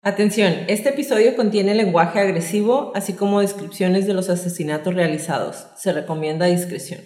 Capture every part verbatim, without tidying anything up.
Atención, este episodio contiene lenguaje agresivo, así como descripciones de los asesinatos realizados. Se recomienda discreción.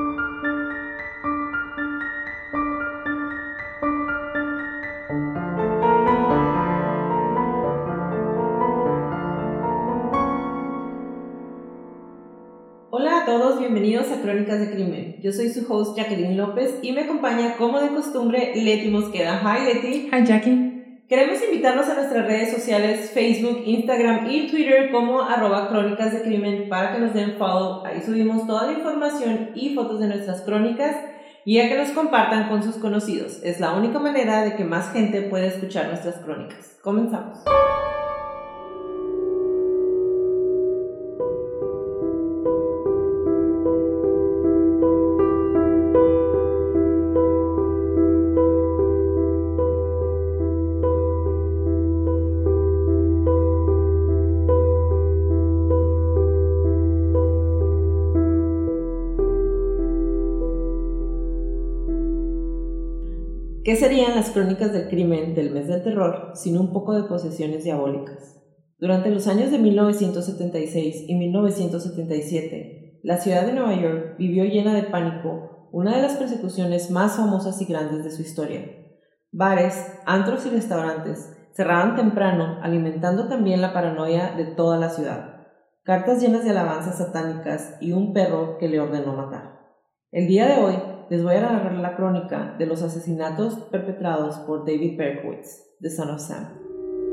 Hola a todos, bienvenidos a Crónicas de Crimen. Yo soy su host Jacqueline López y me acompaña, como de costumbre, Leti Mosqueda. Hi, Leti. Hi, Jackie. Queremos invitarlos a nuestras redes sociales, Facebook, Instagram y Twitter como arroba Crónicas de Crimen para que nos den follow. Ahí subimos toda la información y fotos de nuestras crónicas y a que nos compartan con sus conocidos. Es la única manera de que más gente pueda escuchar nuestras crónicas. Comenzamos. ¿Qué serían las crónicas del crimen del mes del terror sin un poco de posesiones diabólicas? Durante los años de mil novecientos setenta y seis y mil novecientos setenta y siete, la ciudad de Nueva York vivió llena de pánico, una de las persecuciones más famosas y grandes de su historia. Bares, antros y restaurantes cerraban temprano, alimentando también la paranoia de toda la ciudad. Cartas llenas de alabanzas satánicas y un perro que le ordenó matar. El día de hoy, les voy a narrar la crónica de los asesinatos perpetrados por David Berkowitz, The Son of Sam.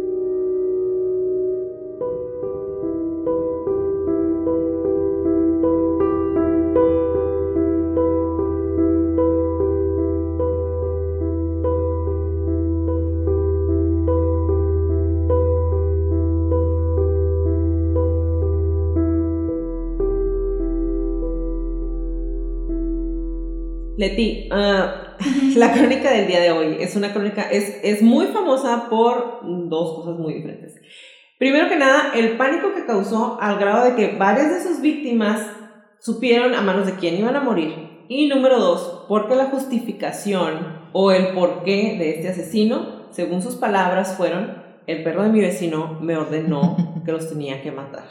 Leti, uh, la crónica del día de hoy es una crónica, es, es muy famosa por dos cosas muy diferentes. Primero que nada, el pánico que causó al grado de que varias de sus víctimas supieron a manos de quién iban a morir. Y número dos, porque la justificación o el porqué de este asesino, según sus palabras, fueron: el perro de mi vecino me ordenó que los tenía que matar.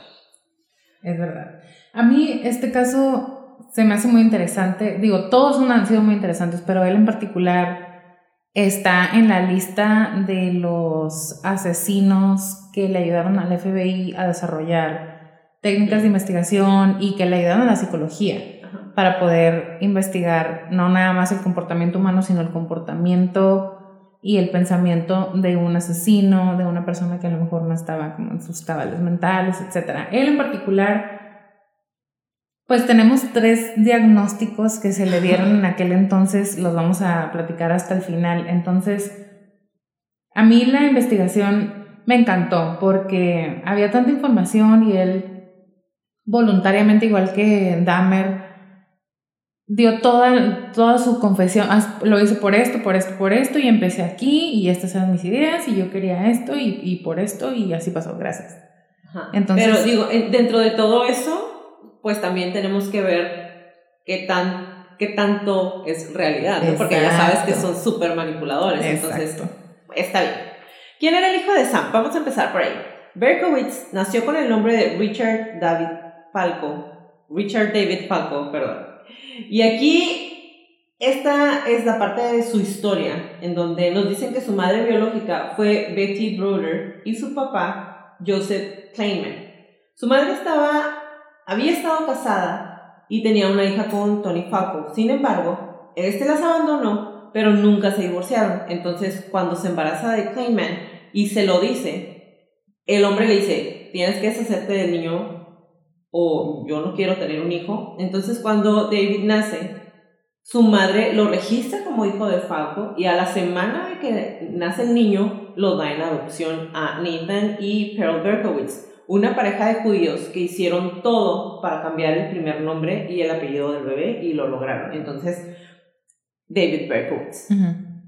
Es verdad. A mí este caso se me hace muy interesante. Digo, todos han sido muy interesantes, pero él en particular está en la lista de los asesinos que le ayudaron al F B I a desarrollar técnicas de investigación y que le ayudaron a la psicología para poder investigar no nada más el comportamiento humano, sino el comportamiento y el pensamiento de un asesino, de una persona que a lo mejor no estaba como en sus cabales mentales, etcétera. Él en particular, pues tenemos tres diagnósticos que se le dieron en aquel entonces, los vamos a platicar hasta el final. Entonces, a mí la investigación me encantó porque había tanta información y él voluntariamente, igual que Dahmer, dio toda, toda su confesión. Lo hice por esto, por esto, por esto, y empecé aquí, y estas eran mis ideas, y yo quería esto, y, y por esto, y así pasó, gracias. Ajá. Entonces, pero digo, dentro de todo eso, pues también tenemos que ver qué, tan, qué tanto es realidad, ¿no? Porque ya sabes que son súper manipuladores. Exacto. Entonces, está bien. ¿Quién era el hijo de Sam? Vamos a empezar por ahí. Berkowitz nació con el nombre de Richard David Falco. Richard David Falco, perdón. Y aquí, esta es la parte de su historia, en donde nos dicen que su madre biológica fue Betty Bruder y su papá, Joseph Kleinman. Su madre estaba... Había estado casada y tenía una hija con Tony Falco. Sin embargo, este las abandonó, pero nunca se divorciaron. Entonces, cuando se embaraza de Kleinman y se lo dice, el hombre le dice: tienes que deshacerte del niño o yo no quiero tener un hijo. Entonces, cuando David nace, su madre lo registra como hijo de Falco y a la semana de que nace el niño, lo da en adopción a Nathan y Pearl Berkowitz, una pareja de judíos que hicieron todo para cambiar el primer nombre y el apellido del bebé y lo lograron. Entonces, David Berkowitz. Uh-huh.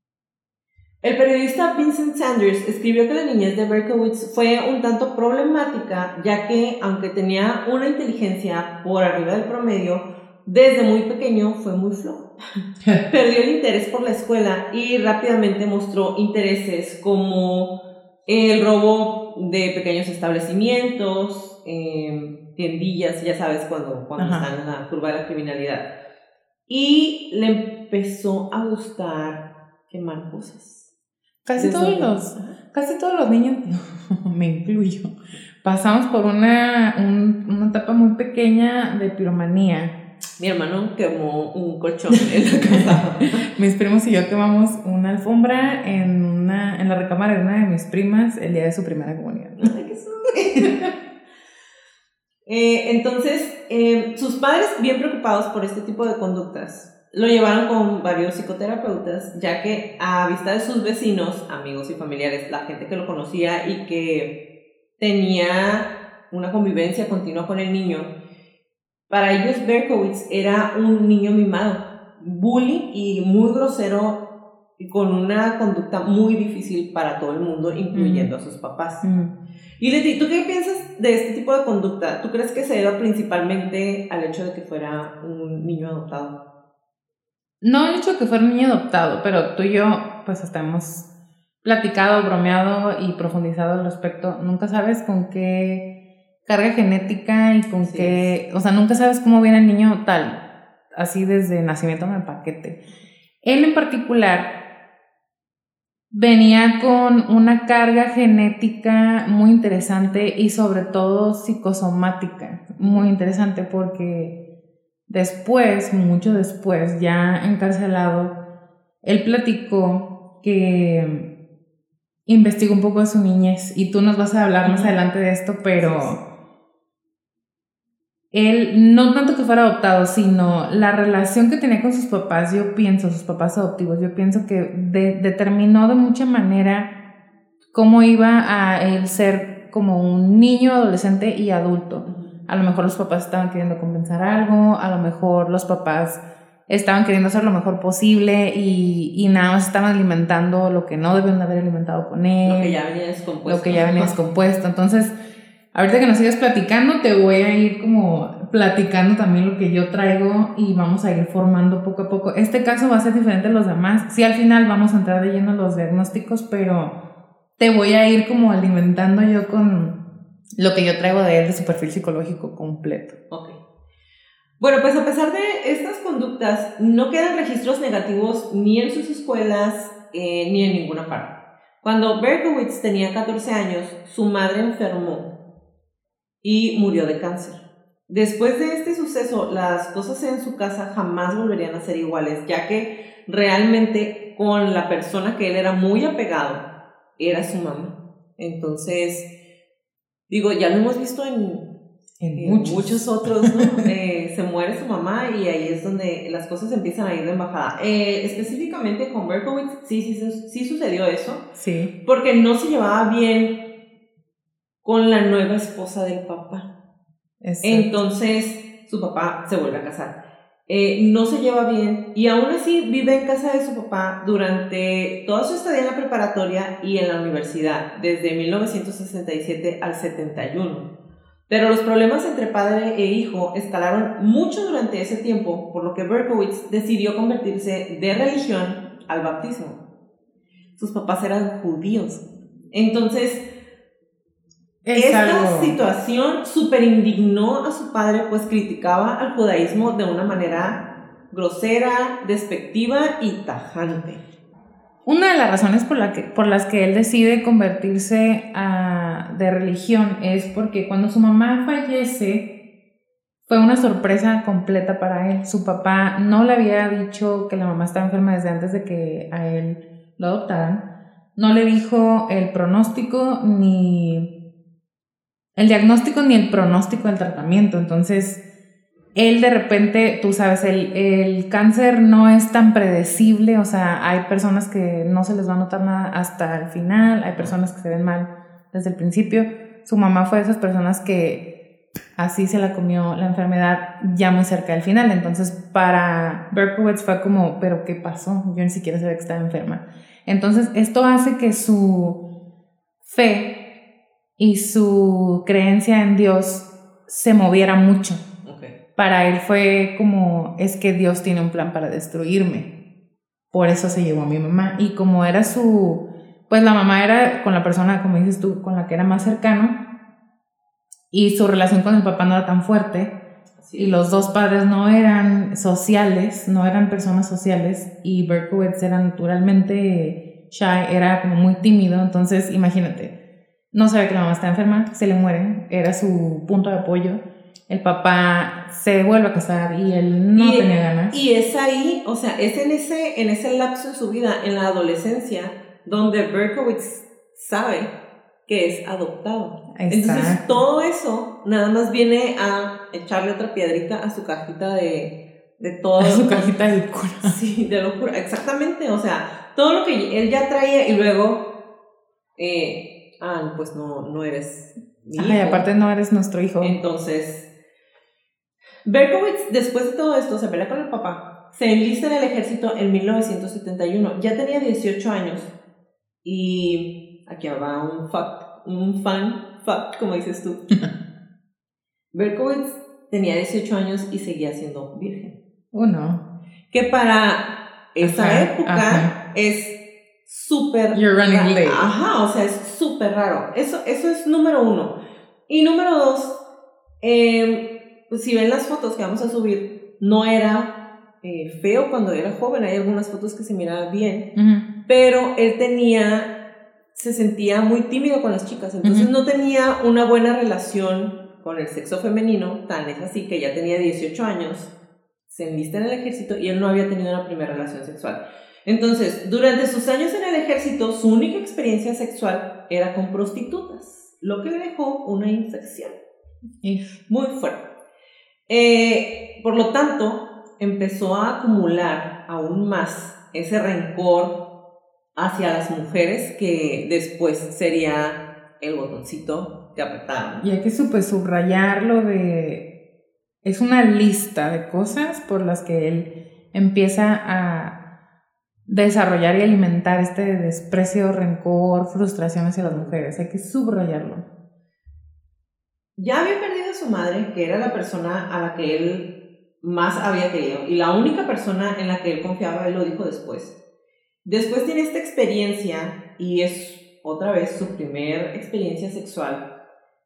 El periodista Vincent Sanders escribió que la niñez de Berkowitz fue un tanto problemática, ya que, aunque tenía una inteligencia por arriba del promedio, desde muy pequeño fue muy flojo. Perdió el interés por la escuela y rápidamente mostró intereses como el robo de pequeños establecimientos, eh, tiendillas, ya sabes, cuando, cuando están en la curva de la criminalidad. Y le empezó a gustar quemar cosas. Casi todos los, casi todos los niños, me incluyo, pasamos por una, un, una etapa muy pequeña de piromanía. Mi hermano quemó un colchón en la casa. Mis primos y yo quemamos una alfombra en, una, en la recámara de una de mis primas el día de su primera comunión. Ay, qué suerte. eh, entonces, eh, sus padres, bien preocupados por este tipo de conductas, lo llevaron con varios psicoterapeutas, ya que a vista de sus vecinos, amigos y familiares, la gente que lo conocía y que tenía una convivencia continua con el niño, para ellos Berkowitz era un niño mimado, bully y muy grosero y con una conducta muy difícil para todo el mundo, incluyendo mm. a sus papás. Mm. Y Leti, ¿tú qué piensas de este tipo de conducta? ¿Tú crees que se debe principalmente al hecho de que fuera un niño adoptado? No el hecho de que fuera un niño adoptado, pero tú y yo pues hasta hemos platicado, bromeado y profundizado al respecto. Nunca sabes con qué carga genética y con sí. qué... O sea, nunca sabes cómo viene el niño tal, así desde nacimiento en el paquete. Él en particular venía con una carga genética muy interesante y sobre todo psicosomática, muy interesante porque... Después, mucho después, ya encarcelado, él platicó que investigó un poco de su niñez y tú nos vas a hablar más adelante de esto, pero sí, sí. Él, no tanto que fuera adoptado, sino la relación que tenía con sus papás, yo pienso, sus papás adoptivos, yo pienso que de, determinó de mucha manera cómo iba a él ser como un niño, adolescente y adulto. A lo mejor los papás estaban queriendo compensar algo, a lo mejor los papás estaban queriendo hacer lo mejor posible y, y nada más estaban alimentando lo que no debían de haber alimentado con él. Lo que ya venía descompuesto. Lo que ya venía descompuesto. Entonces, ahorita que nos sigas platicando, te voy a ir como platicando también lo que yo traigo y vamos a ir formando poco a poco. Este caso va a ser diferente a los demás. Sí, al final vamos a entrar de lleno en los diagnósticos, pero te voy a ir como alimentando yo con... lo que yo traigo de él de su perfil psicológico completo. Ok. Bueno, pues a pesar de estas conductas, no quedan registros negativos ni en sus escuelas eh, ni en ninguna parte. Cuando Berkowitz tenía catorce años, su madre enfermó y murió de cáncer. Después de este suceso, las cosas en su casa jamás volverían a ser iguales, ya que realmente con la persona que él era muy apegado era su mamá. Entonces... Digo, ya lo hemos visto en, en, en muchos. muchos otros, ¿no? eh, se muere su mamá y ahí es donde las cosas empiezan a ir de embajada. Eh, específicamente con Berkowitz, sí, sí, sí, sí sucedió eso. Sí. Porque no se llevaba bien con la nueva esposa del papá. Exacto. Entonces, su papá se vuelve a casar. Eh, no se lleva bien y aún así vive en casa de su papá durante toda su estadía en la preparatoria y en la universidad, desde mil novecientos sesenta y siete al setenta y uno. Pero los problemas entre padre e hijo escalaron mucho durante ese tiempo, por lo que Berkowitz decidió convertirse de religión al bautismo. Sus papás eran judíos. Entonces, Es esta algo... situación súper indignó a su padre, pues criticaba al judaísmo de una manera grosera, despectiva y tajante. Una de las razones por, la que, por las que él decide convertirse a, de religión es porque cuando su mamá fallece fue una sorpresa completa para él. Su papá no le había dicho que la mamá estaba enferma desde antes de que a él lo adoptaran. No le dijo el pronóstico ni... el diagnóstico ni el pronóstico del tratamiento. Entonces, él de repente, tú sabes, el, el cáncer no es tan predecible, o sea, hay personas que no se les va a notar nada hasta el final, hay personas que se ven mal desde el principio. Su mamá fue de esas personas que así se la comió la enfermedad ya muy cerca del final. Entonces, para Berkowitz fue como, ¿pero qué pasó? Yo ni siquiera sabía que estaba enferma. Entonces, esto hace que su fe y su creencia en Dios se moviera mucho. Okay. Para él fue como, es que Dios tiene un plan para destruirme. Por eso se llevó a mi mamá. Y como era su pues la mamá era con la persona, como dices tú, con la que era más cercano, y su relación con el papá no era tan fuerte, sí. Y los dos padres no eran sociales, no eran personas sociales, y Berkowitz era naturalmente shy, era como muy tímido. Entonces imagínate, no sabe que la mamá está enferma, se le muere, era su punto de apoyo. El papá se vuelve a casar y él no y, tenía ganas. Y es ahí, o sea, es en ese, en ese lapso en su vida, en la adolescencia, donde Berkowitz sabe que es adoptado. Exacto. Entonces todo eso nada más viene a echarle otra piedrita a su cajita de, de todo. A su cajita de locura. Sí, de locura, exactamente. O sea, todo lo que él ya traía y luego, eh, ah, pues no, no eres mi hijo. Ay, aparte no eres nuestro hijo. Entonces... Berkowitz, después de todo esto, se pelea con el papá, se enlista en el ejército en mil novecientos setenta y uno, ya tenía dieciocho años, y aquí va un fact, un fun fact, como dices tú. Berkowitz tenía dieciocho años y seguía siendo virgen. Oh, no. Que para esa ajá, época ajá. es súper... You're running raro. Late. Ajá, o sea, es súper raro. Eso, eso es número uno. Y número dos, eh... pues si ven las fotos que vamos a subir, no era eh, feo cuando era joven, hay algunas fotos que se miraban bien, uh-huh. Pero él tenía, se sentía muy tímido con las chicas, entonces uh-huh. no tenía una buena relación con el sexo femenino, tan es así que ya tenía dieciocho años, se enlista en el ejército y él no había tenido una primera relación sexual. Entonces, durante sus años en el ejército, su única experiencia sexual era con prostitutas, lo que le dejó una infección If. muy fuerte. Eh, por lo tanto, empezó a acumular aún más ese rencor hacia las mujeres que después sería el botoncito que apretaron. Y hay que super subrayarlo de... Es una lista de cosas por las que él empieza a desarrollar y alimentar este desprecio, rencor, frustración hacia las mujeres. Hay que subrayarlo. Ya había perdido a su madre, que era la persona a la que él más había querido, y la única persona en la que él confiaba, él lo dijo después. Después tiene esta experiencia, y es otra vez su primer experiencia sexual,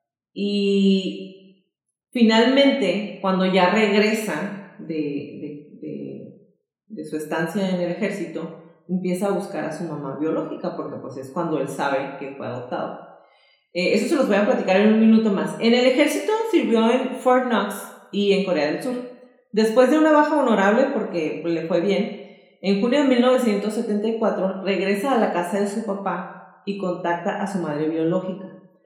y finalmente, cuando ya regresa de, de, de, de su estancia en el ejército, empieza a buscar a su mamá biológica, porque pues es cuando él sabe que fue adoptado. Eh, eso se los voy a platicar en un minuto más. En el ejército sirvió en Fort Knox y en Corea del Sur. Después de una baja honorable, porque le fue bien, en junio de mil novecientos setenta y cuatro regresa a la casa de su papá y contacta a su madre biológica.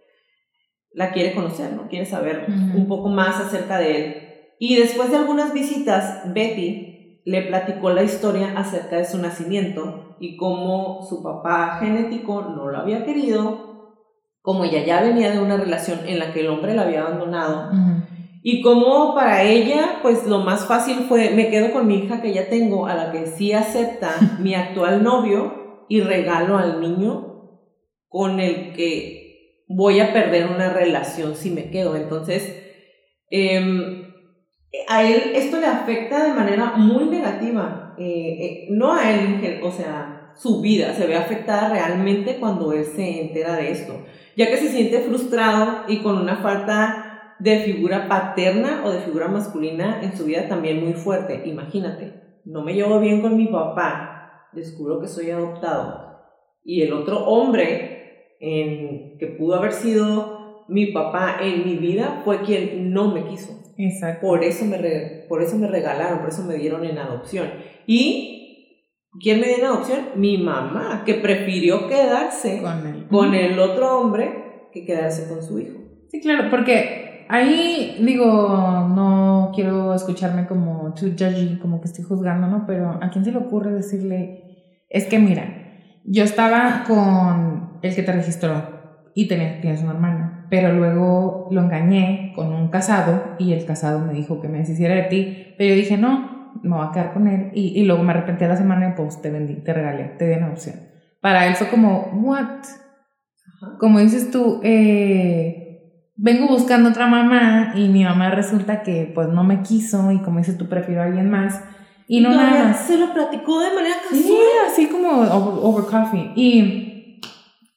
La quiere conocer, ¿no? Quiere saber uh-huh. un poco más acerca de él. Y después de algunas visitas, Betty le platicó la historia acerca de su nacimiento y cómo su papá genético no lo había querido, como ella ya venía de una relación en la que el hombre la había abandonado, uh-huh. y como para ella, pues lo más fácil fue, me quedo con mi hija que ya tengo, a la que sí acepta mi actual novio, y regalo al niño con el que voy a perder una relación si me quedo. Entonces, eh, a él esto le afecta de manera muy negativa, eh, eh, no a él, o sea, su vida se ve afectada realmente cuando él se entera de esto, ya que se siente frustrado y con una falta de figura paterna o de figura masculina en su vida también muy fuerte. Imagínate, no me llevo bien con mi papá, descubro que soy adoptado, y el otro hombre en, que pudo haber sido mi papá en mi vida fue quien no me quiso. Exacto. Por eso me, re, por eso me regalaron, por eso me dieron en adopción. Y ¿quién me dio en adopción? Mi mamá, que prefirió quedarse con el, con el otro hombre que quedarse con su hijo. Sí, claro, porque ahí, digo, no quiero escucharme como too judgy, como que estoy juzgando, ¿no? Pero ¿a quién se le ocurre decirle? Es que mira, yo estaba con el que te registró y tenés, tienes un hermano, pero luego lo engañé con un casado y el casado me dijo que me deshiciera de ti, pero yo dije no, me voy a quedar con él, y, y luego me arrepentí a la semana y pues te vendí, te regalé, te di una opción. Para él fue como, what? Ajá. Como dices tú, eh, vengo buscando otra mamá y mi mamá resulta que pues no me quiso, y como dices tú, prefiero a alguien más, y no nada más. Se lo platicó de manera casual. Sí, así como over, over coffee. Y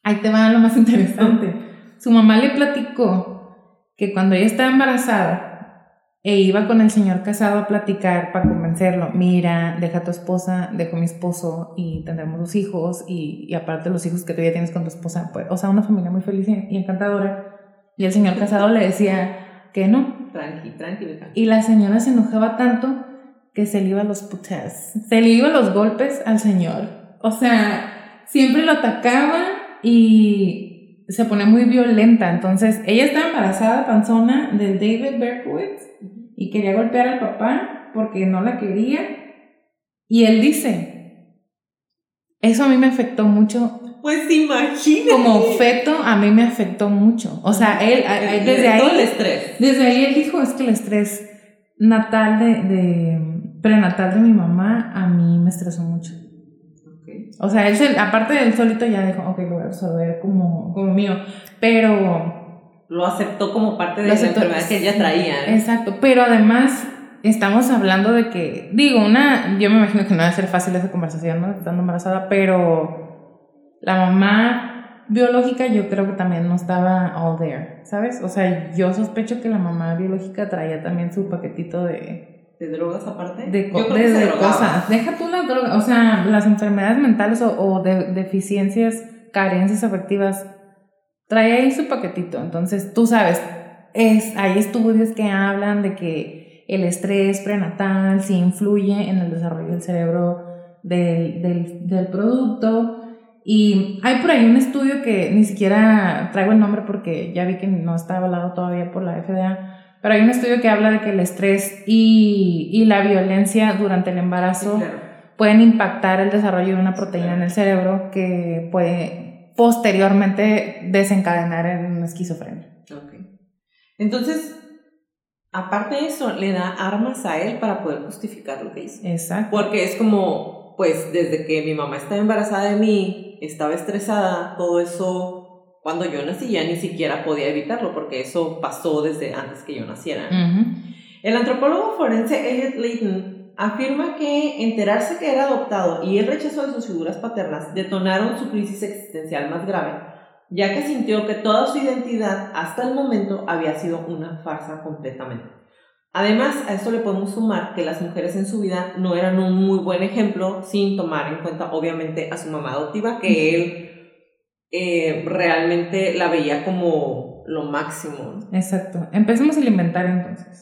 ahí te va lo más interesante. Su mamá le platicó que cuando ella estaba embarazada e iba con el señor casado a platicar para convencerlo, mira, deja a tu esposa, dejo a mi esposo y tendremos dos hijos y, y aparte los hijos que tú ya tienes con tu esposa, pues, o sea, una familia muy feliz y encantadora. Y el señor casado le decía que no. Tranqui, tranqui. Y la señora se enojaba tanto que se le iba a los putas, se le iba los golpes al señor. O sea, siempre lo atacaba y se ponía muy violenta. Entonces, ella estaba embarazada, panzona, del David Berkowitz y quería golpear al papá porque no la quería. Y él dice, eso a mí me afectó mucho. Pues imagínate. Como feto, a mí me afectó mucho. O sea, él, el, desde ahí... Todo el estrés. Desde ahí él dijo, es que el estrés natal de, de prenatal de mi mamá a mí me estresó mucho. Okay. O sea, él se, aparte de él solito ya dijo, ok, lo voy a absorber como, como mío, pero... Lo aceptó como parte de la enfermedad que ella traía. ¿eh? Exacto, pero además estamos hablando de que, digo, una, yo me imagino que no va a ser fácil esa conversación, ¿no? Estando embarazada, pero la mamá biológica yo creo que también no estaba all there, ¿sabes? O sea, yo sospecho que la mamá biológica traía también su paquetito de... ¿De drogas aparte? De, co- yo creo de, que se de drogaba. cosas. Deja tú la droga, o sea, las enfermedades mentales o, o de, deficiencias, carencias afectivas, trae ahí su paquetito. Entonces, tú sabes, es, hay estudios que hablan de que el estrés prenatal sí influye en el desarrollo del cerebro del, del, del producto. Y hay por ahí un estudio que ni siquiera traigo el nombre porque ya vi que no está avalado todavía por la F D A, pero hay un estudio que habla de que el estrés y, y la violencia durante el embarazo sí, claro, pueden impactar el desarrollo de una proteína en el cerebro que puede posteriormente desencadenar en una esquizofrenia. Okay. Entonces, aparte de eso, le da armas a él para poder justificar lo que hizo. Exacto. Porque es como, pues, desde que mi mamá estaba embarazada de mí, estaba estresada, todo eso, cuando yo nací ya ni siquiera podía evitarlo, porque eso pasó desde antes que yo naciera. Uh-huh. El antropólogo forense Elliot Layton afirma que enterarse que era adoptado y el rechazo de sus figuras paternas detonaron su crisis existencial más grave, ya que sintió que toda su identidad hasta el momento había sido una farsa completamente. Además, a esto le podemos sumar que las mujeres en su vida no eran un muy buen ejemplo, sin tomar en cuenta obviamente a su mamá adoptiva, que él eh, realmente la veía como lo máximo. Exacto. Empecemos el inventario entonces.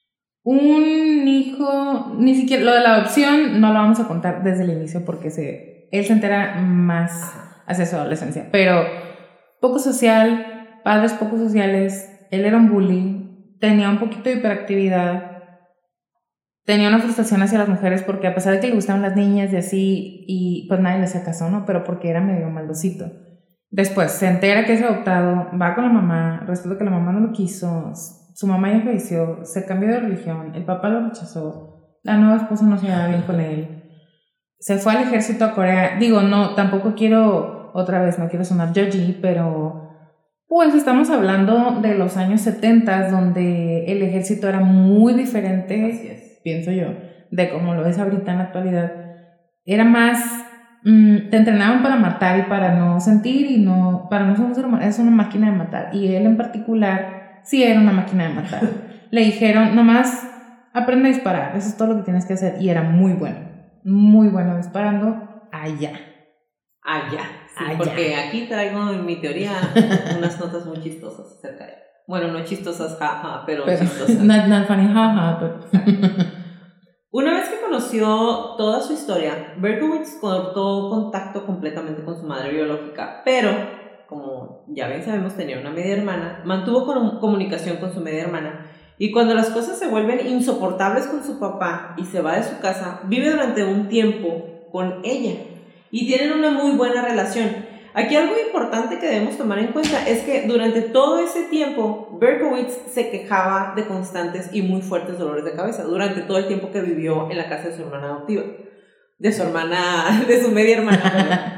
Un hijo, ni siquiera lo de la adopción no lo vamos a contar desde el inicio porque se, él se entera más hacia su adolescencia, pero poco social, padres poco sociales, él era un bully, tenía un poquito de hiperactividad, tenía una frustración hacia las mujeres porque a pesar de que le gustaban las niñas y así, y pues nadie le hacía caso, ¿no? Pero porque era medio maldosito. Después se entera que es adoptado, va con la mamá, resulta que la mamá no lo quiso, su mamá ya falleció, se cambió de religión, el papá lo rechazó, la nueva esposa no se llevaba bien con él, se fue al ejército a Corea. Digo, no, tampoco quiero, otra vez, no quiero sonar judgy, pero pues estamos hablando de los años setenta, donde el ejército era muy diferente, pienso yo, de como lo es ahorita en la actualidad. Era más, mmm, te entrenaban para matar y para no sentir y no, para no ser un ser humano, es una máquina de matar, y él en particular sí era una máquina de matar. Le dijeron, nomás aprende a disparar, eso es todo lo que tienes que hacer. Y era muy bueno, muy bueno disparando allá. Allá, sí, allá. Porque aquí traigo en mi teoría unas notas muy chistosas acerca de él. Bueno, no chistosas, jaja, pero, pero chistosas. Not, not funny, jaja, but... Una vez que conoció toda su historia, Berkowitz cortó contacto completamente con su madre biológica, pero como ya bien sabemos, tenía una media hermana, mantuvo comunicación con su media hermana, y cuando las cosas se vuelven insoportables con su papá y se va de su casa, vive durante un tiempo con ella, y tienen una muy buena relación. Aquí algo importante que debemos tomar en cuenta es que durante todo ese tiempo, Berkowitz se quejaba de constantes y muy fuertes dolores de cabeza, durante todo el tiempo que vivió en la casa de su hermana adoptiva, de su hermana, de su media hermana.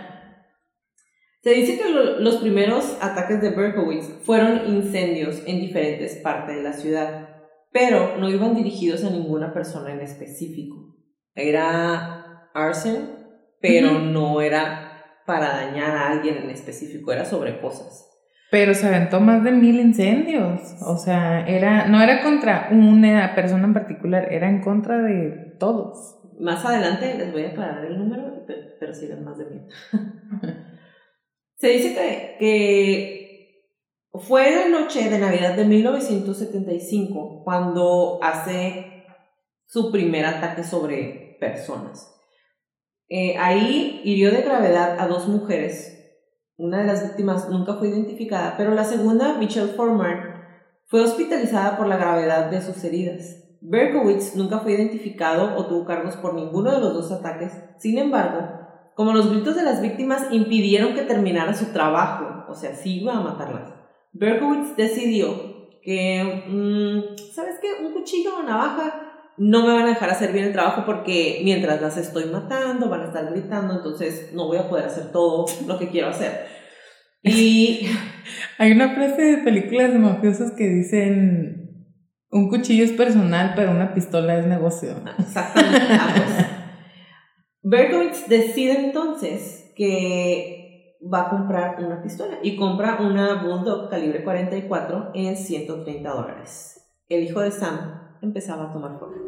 Se dice que lo, los primeros ataques de Berkowitz fueron incendios en diferentes partes de la ciudad, pero no iban dirigidos a ninguna persona en específico. Era arson, pero uh-huh. no era para dañar a alguien en específico, era sobre cosas. Pero se aventó más de mil incendios, o sea, era, no era contra una persona en particular, era en contra de todos. Más adelante les voy a aclarar el número, pero, pero sí eran más de mil. Se dice que, que fue la noche de Navidad de mil novecientos setenta y cinco cuando hace su primer ataque sobre personas. Eh, ahí hirió de gravedad a dos mujeres. Una de las víctimas nunca fue identificada, pero la segunda, Michelle Foreman, fue hospitalizada por la gravedad de sus heridas. Berkowitz nunca fue identificado o tuvo cargos por ninguno de los dos ataques. Sin embargo, como los gritos de las víctimas impidieron que terminara su trabajo, o sea, sí iba a matarlas, Berkowitz decidió que, mmm, ¿sabes qué? Un cuchillo o navaja no me van a dejar hacer bien el trabajo porque mientras las estoy matando van a estar gritando, entonces no voy a poder hacer todo lo que quiero hacer. Y hay una frase de películas de mafiosos que dicen: un cuchillo es personal, pero una pistola es negocio. Exactamente, ambos. Berkowitz decide entonces que va a comprar una pistola y compra una Bulldog calibre cuarenta y cuatro en ciento treinta dólares. El hijo de Sam empezaba a tomar forma.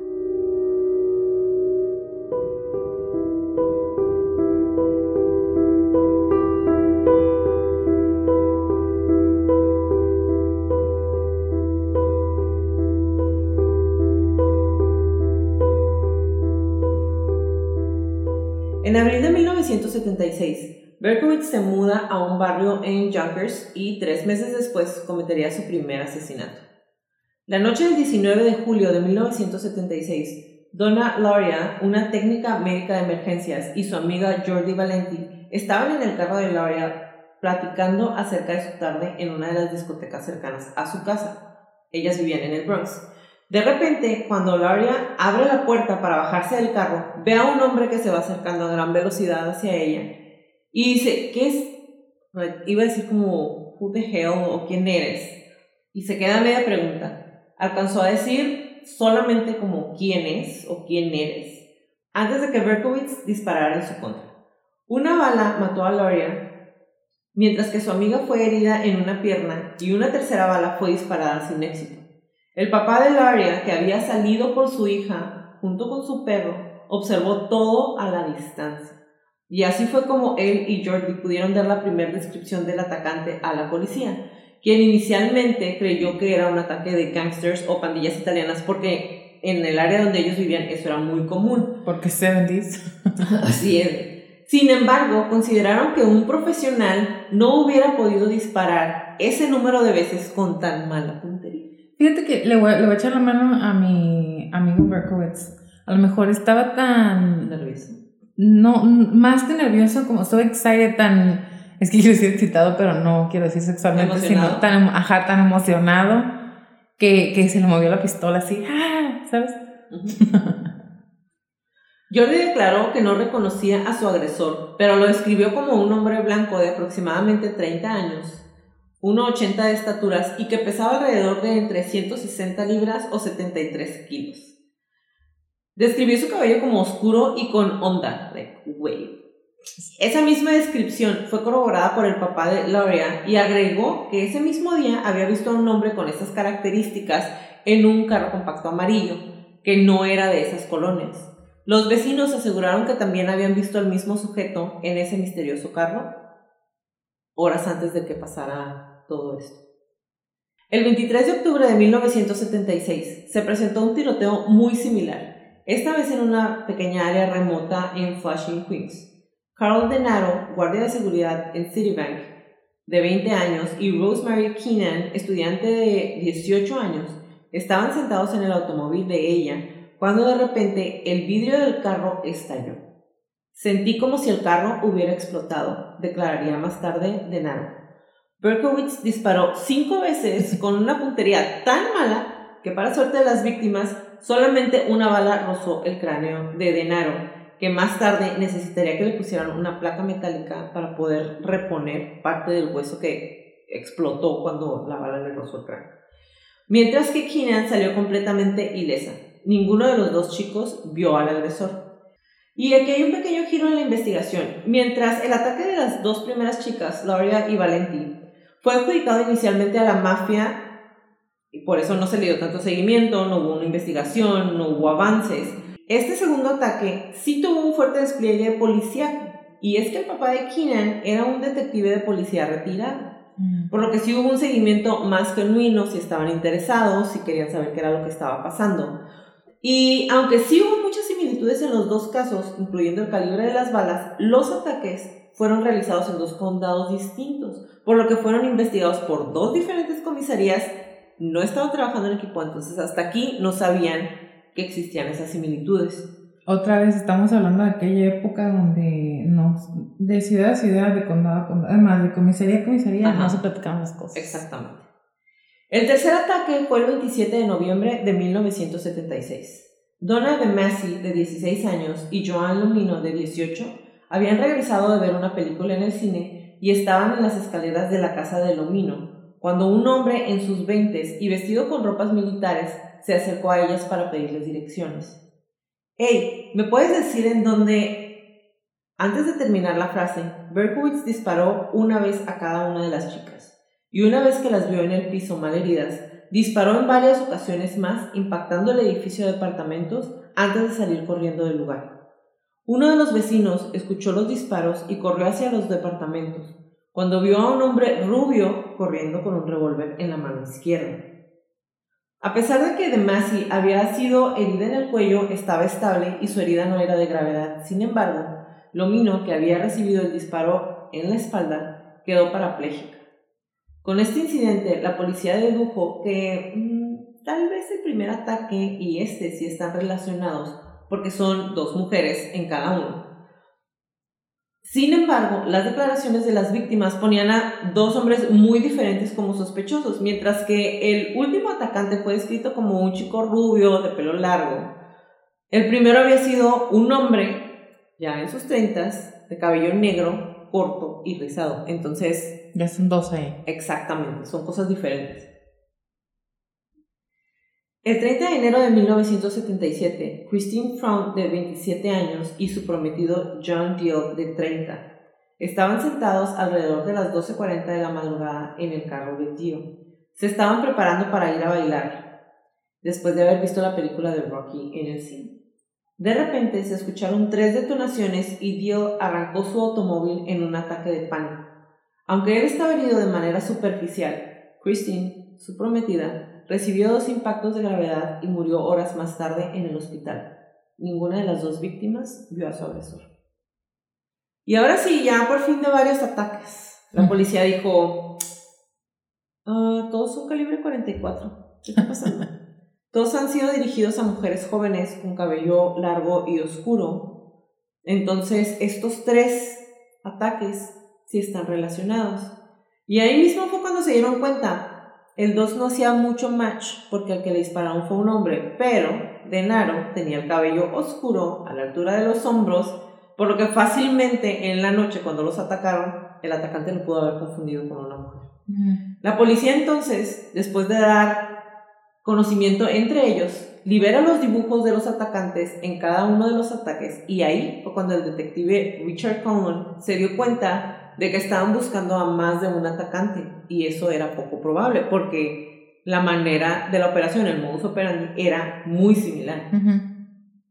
En abril de mil novecientos setenta y seis, Berkowitz se muda a un barrio en Yonkers y tres meses después cometería su primer asesinato. La noche del diecinueve de julio de mil novecientos setenta y seis, Donna Lauria, una técnica médica de emergencias, y su amiga Jordi Valenti estaban en el carro de Lauria platicando acerca de su tarde en una de las discotecas cercanas a su casa. Ellas vivían en el Bronx. De repente, cuando Lauria abre la puerta para bajarse del carro, ve a un hombre que se va acercando a gran velocidad hacia ella y dice, ¿qué es? Iba a decir como, who the hell, o quién eres, y se queda a media pregunta. Alcanzó a decir solamente como quién es o quién eres, antes de que Berkowitz disparara en su contra. Una bala mató a Lauria, mientras que su amiga fue herida en una pierna y una tercera bala fue disparada sin éxito. El papá de Lauria, que había salido por su hija junto con su perro, observó todo a la distancia. Y así fue como él y Jordi pudieron dar la primera descripción del atacante a la policía, quien inicialmente creyó que era un ataque de gangsters o pandillas italianas porque en el área donde ellos vivían eso era muy común. Porque seventies. Así es. Sin embargo, consideraron que un profesional no hubiera podido disparar ese número de veces con tan mala puntería. Fíjate que le voy, le voy a echar la mano a mi amigo Berkowitz. A lo mejor estaba tan... nervioso. No, más que nervioso, como so excited, tan... Es que quiero decir excitado, pero no quiero decir sexualmente, sino tan, ajá, tan emocionado que, que se le movió la pistola así, ¡ah! ¿Sabes? Uh-huh. Jordi declaró que no reconocía a su agresor, pero lo describió como un hombre blanco de aproximadamente treinta años, uno ochenta de estaturas y que pesaba alrededor de entre ciento sesenta libras o setenta y tres kilos. Describió su cabello como oscuro y con onda, like wave. Esa misma descripción fue corroborada por el papá de Lauria y agregó que ese mismo día había visto a un hombre con esas características en un carro compacto amarillo, que no era de esas colonias. Los vecinos aseguraron que también habían visto al mismo sujeto en ese misterioso carro horas antes de que pasara todo esto. El veintitrés de octubre de mil novecientos setenta y seis se presentó un tiroteo muy similar, esta vez en una pequeña área remota en Flushing, Queens. Carl Denaro, guardia de seguridad en Citibank, de veinte años, y Rosemary Keenan, estudiante de dieciocho años, estaban sentados en el automóvil de ella cuando de repente el vidrio del carro estalló. Sentí como si el carro hubiera explotado, declararía más tarde Denaro. Berkowitz disparó cinco veces con una puntería tan mala que, para suerte de las víctimas, solamente una bala rozó el cráneo de Denaro, que más tarde necesitaría que le pusieran una placa metálica para poder reponer parte del hueso que explotó cuando la bala le rozó el cráneo. Mientras que Keenan salió completamente ilesa. Ninguno de los dos chicos vio al agresor. Y aquí hay un pequeño giro en la investigación. Mientras el ataque de las dos primeras chicas, Laura y Valenti, fue adjudicado inicialmente a la mafia, y por eso no se le dio tanto seguimiento, no hubo una investigación, no hubo avances. Este segundo ataque sí tuvo un fuerte despliegue policial, y es que el papá de Keenan era un detective de policía retirado, mm. por lo que sí hubo un seguimiento más genuino, si estaban interesados, si querían saber qué era lo que estaba pasando. Y aunque sí hubo muchas similitudes en los dos casos, incluyendo el calibre de las balas, los ataques fueron realizados en dos condados distintos, por lo que fueron investigados por dos diferentes comisarías, no estaban trabajando en equipo, entonces hasta aquí no sabían que existían esas similitudes. Otra vez estamos hablando de aquella época donde no, de ciudad a ciudad, de condado a condado, además de comisaría a comisaría, Ajá. no se platicaban las cosas. Exactamente. El tercer ataque fue el veintisiete de noviembre de mil novecientos setenta y seis. Donna DeMasi, de dieciséis años, y Joan Lomino, de dieciocho, habían regresado de ver una película en el cine y estaban en las escaleras de la casa de Lomino, cuando un hombre en sus veintes y vestido con ropas militares se acercó a ellas para pedirles direcciones. «Hey, ¿me puedes decir en dónde...?» Antes de terminar la frase, Berkowitz disparó una vez a cada una de las chicas. Y una vez que las vio en el piso malheridas, disparó en varias ocasiones más, impactando el edificio de departamentos antes de salir corriendo del lugar. Uno de los vecinos escuchó los disparos y corrió hacia los departamentos, cuando vio a un hombre rubio corriendo con un revólver en la mano izquierda. A pesar de que DeMasi había sido herida en el cuello, estaba estable y su herida no era de gravedad. Sin embargo, Lomino, que había recibido el disparo en la espalda, quedó parapléjica. Con este incidente, la policía dedujo que mmm, tal vez el primer ataque y este sí están relacionados porque son dos mujeres en cada uno. Sin embargo, las declaraciones de las víctimas ponían a dos hombres muy diferentes como sospechosos, mientras que el último atacante fue descrito como un chico rubio de pelo largo. El primero había sido un hombre, ya en sus treintas, de cabello negro, corto y rizado. Entonces... Ya son dos ahí. Exactamente, son cosas diferentes. El treinta de enero de mil novecientos setenta y siete, Christine Fromm, de veintisiete años, y su prometido John Deal, de treinta, estaban sentados alrededor de las doce cuarenta de la madrugada en el carro de Deal. Se estaban preparando para ir a bailar, después de haber visto la película de Rocky en el cine. De repente se escucharon tres detonaciones y Deal arrancó su automóvil en un ataque de pánico. Aunque él estaba herido de manera superficial, Christine, su prometida, recibió dos impactos de gravedad y murió horas más tarde en el hospital. Ninguna de las dos víctimas vio a su agresor. Y ahora sí, ya por fin de varios ataques, la policía dijo, uh, todos son calibre cuarenta y cuatro. ¿Qué está pasando? Todos han sido dirigidos a mujeres jóvenes con cabello largo y oscuro. Entonces, estos tres ataques sí están relacionados. Y ahí mismo fue cuando se dieron cuenta. El dos no hacía mucho match porque el que le dispararon fue un hombre, pero Denaro tenía el cabello oscuro a la altura de los hombros, por lo que fácilmente en la noche cuando los atacaron, el atacante lo pudo haber confundido con una mujer. Uh-huh. La policía entonces, después de dar conocimiento entre ellos, libera los dibujos de los atacantes en cada uno de los ataques, y ahí fue cuando el detective Richard Conlon se dio cuenta de que estaban buscando a más de un atacante, y eso era poco probable porque la manera de la operación, el modus operandi, era muy similar. Uh-huh.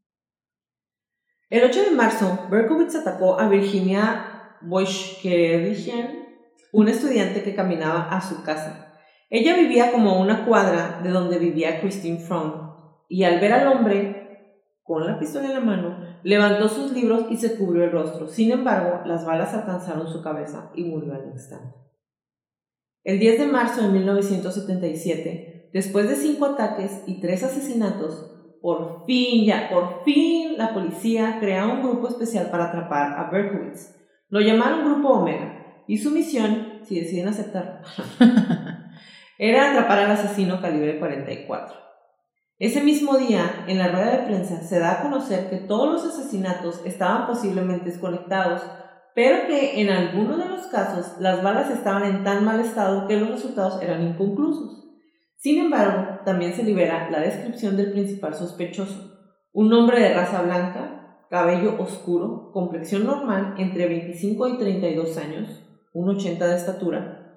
El ocho de marzo, Berkowitz atacó a Virginia Boyschkerichian, una estudiante que caminaba a su casa. Ella vivía como a una cuadra de donde vivía Christine Fromm, y al ver al hombre con la pistola en la mano, levantó sus libros y se cubrió el rostro. Sin embargo, las balas alcanzaron su cabeza y murió al instante. El diez de marzo de mil novecientos setenta y siete, después de cinco ataques y tres asesinatos, por fin, ya, por fin, la policía crea un grupo especial para atrapar a Berkowitz. Lo llamaron Grupo Omega, y su misión, si deciden aceptarlo, era atrapar al asesino calibre cuarenta y cuatro. Ese mismo día, en la rueda de prensa, se da a conocer que todos los asesinatos estaban posiblemente desconectados, pero que en algunos de los casos las balas estaban en tan mal estado que los resultados eran inconclusos. Sin embargo, también se libera la descripción del principal sospechoso, un hombre de raza blanca, cabello oscuro, complexión normal, entre veinticinco y treinta y dos años, uno ochenta de estatura.